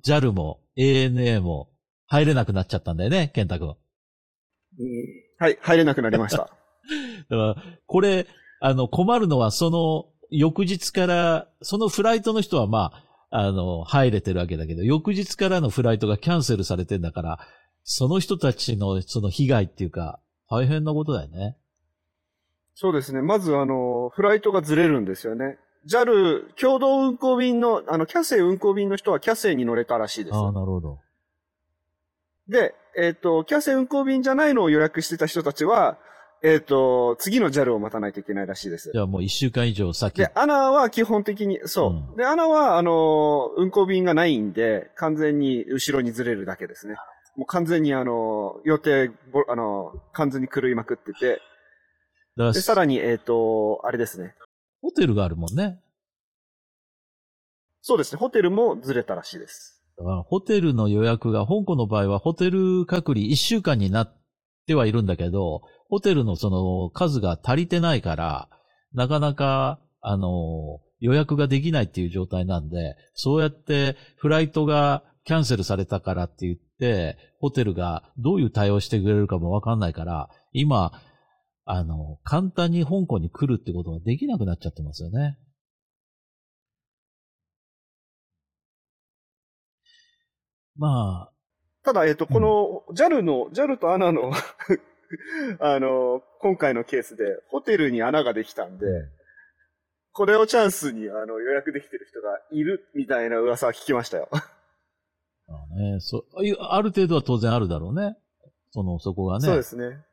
ジャル も エーエヌエー も入れなくなっちゃったんだよね、健太くん。 えはい、入れなくなりました。 だから、これ、あの、困るのは、その、翌日から、そのフライトの人はまあ、あの、入れてるわけだけど、翌日からのフライトがキャンセルされてんだから、その人たちの、その被害っていうか、大変なことだよね。 そうですね。まず、あの、フライトがずれるんですよね。ジャル、共同運航便の、あの、キャセイ運航便の人はキャセイに乗れたらしいです。 ああ、なるほど。 で、えっと、キャセイ運航便じゃないのを予約してた人たちは、えっと、次の ジャル を待たないといけないらしいです。 じゃあもう一週間以上先。 で、アナは基本的に、そう。うん、で、アナは、あの、運航便がないんで、完全に後ろにずれるだけですね。もう完全にあの、予定、あの、完全に狂いまくってて。で、さらに、えっと、あれですね。 ホテルがあるもんね。 そうですね。ホテルもずれたらしいです。 だからホテルの予約が、香港の場合はホテル隔離いっしゅうかんになってはいるんだけど、ホテルのその数が足りてないから、なかなか、あの、予約ができないっていう状態なんで、そうやってフライトがキャンセルされたからって言って、ホテルがどういう対応してくれるかもわかんないから、今、あの、簡単に香港に来るってことができなくなっちゃってますよね。まあ。 ただ、えっと、この ジャル の、ジャル とアナのあの、今回のケースで、ホテルに穴ができたんで、これをチャンスにあの予約できてる人がいるみたいな噂は聞きましたよ。 ああね、そある程度は当然あるだろうね。その、そこがね。 そうですね。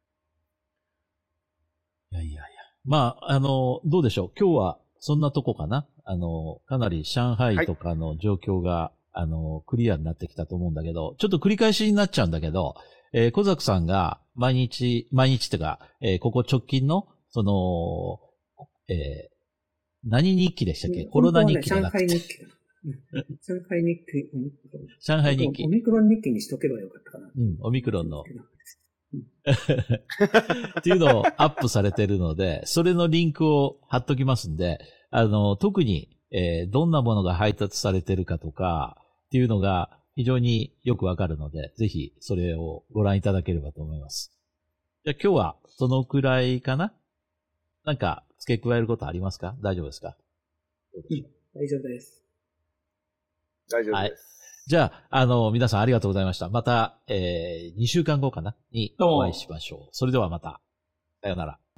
いやいやいや。まあ、あの、どうでしょう。今日はそんなとこかな。あの、かなり上海とかの状況が、はい、あの、クリアになってきたと思うんだけど、ちょっと繰り返しになっちゃうんだけど、えー、小作さんが毎日、毎日っていうか、えー、ここ直近の、その、えー、何日記でしたっけ、うん、コロナ日記じゃなくて。 上海日記だ。上海日記、 上海日記。 オミクロン日記にしとけばよかったかな。 うん、オミクロンの。っていうのをアップされてるので、それのリンクを貼っときますんで、あの、特に、えー、どんなものが配達されてるかとか、っていうのが非常によくわかるので、ぜひそれをご覧いただければと思います。じゃあ今日はそのくらいかな？なんか付け加えることありますか？大丈夫ですか？ うん、大丈夫です。 大丈夫です。はい。 じゃあ、あの、皆さんありがとうございました。また、えー、にしゅうかんごかなにお会いしましょう。それではまた。さようなら。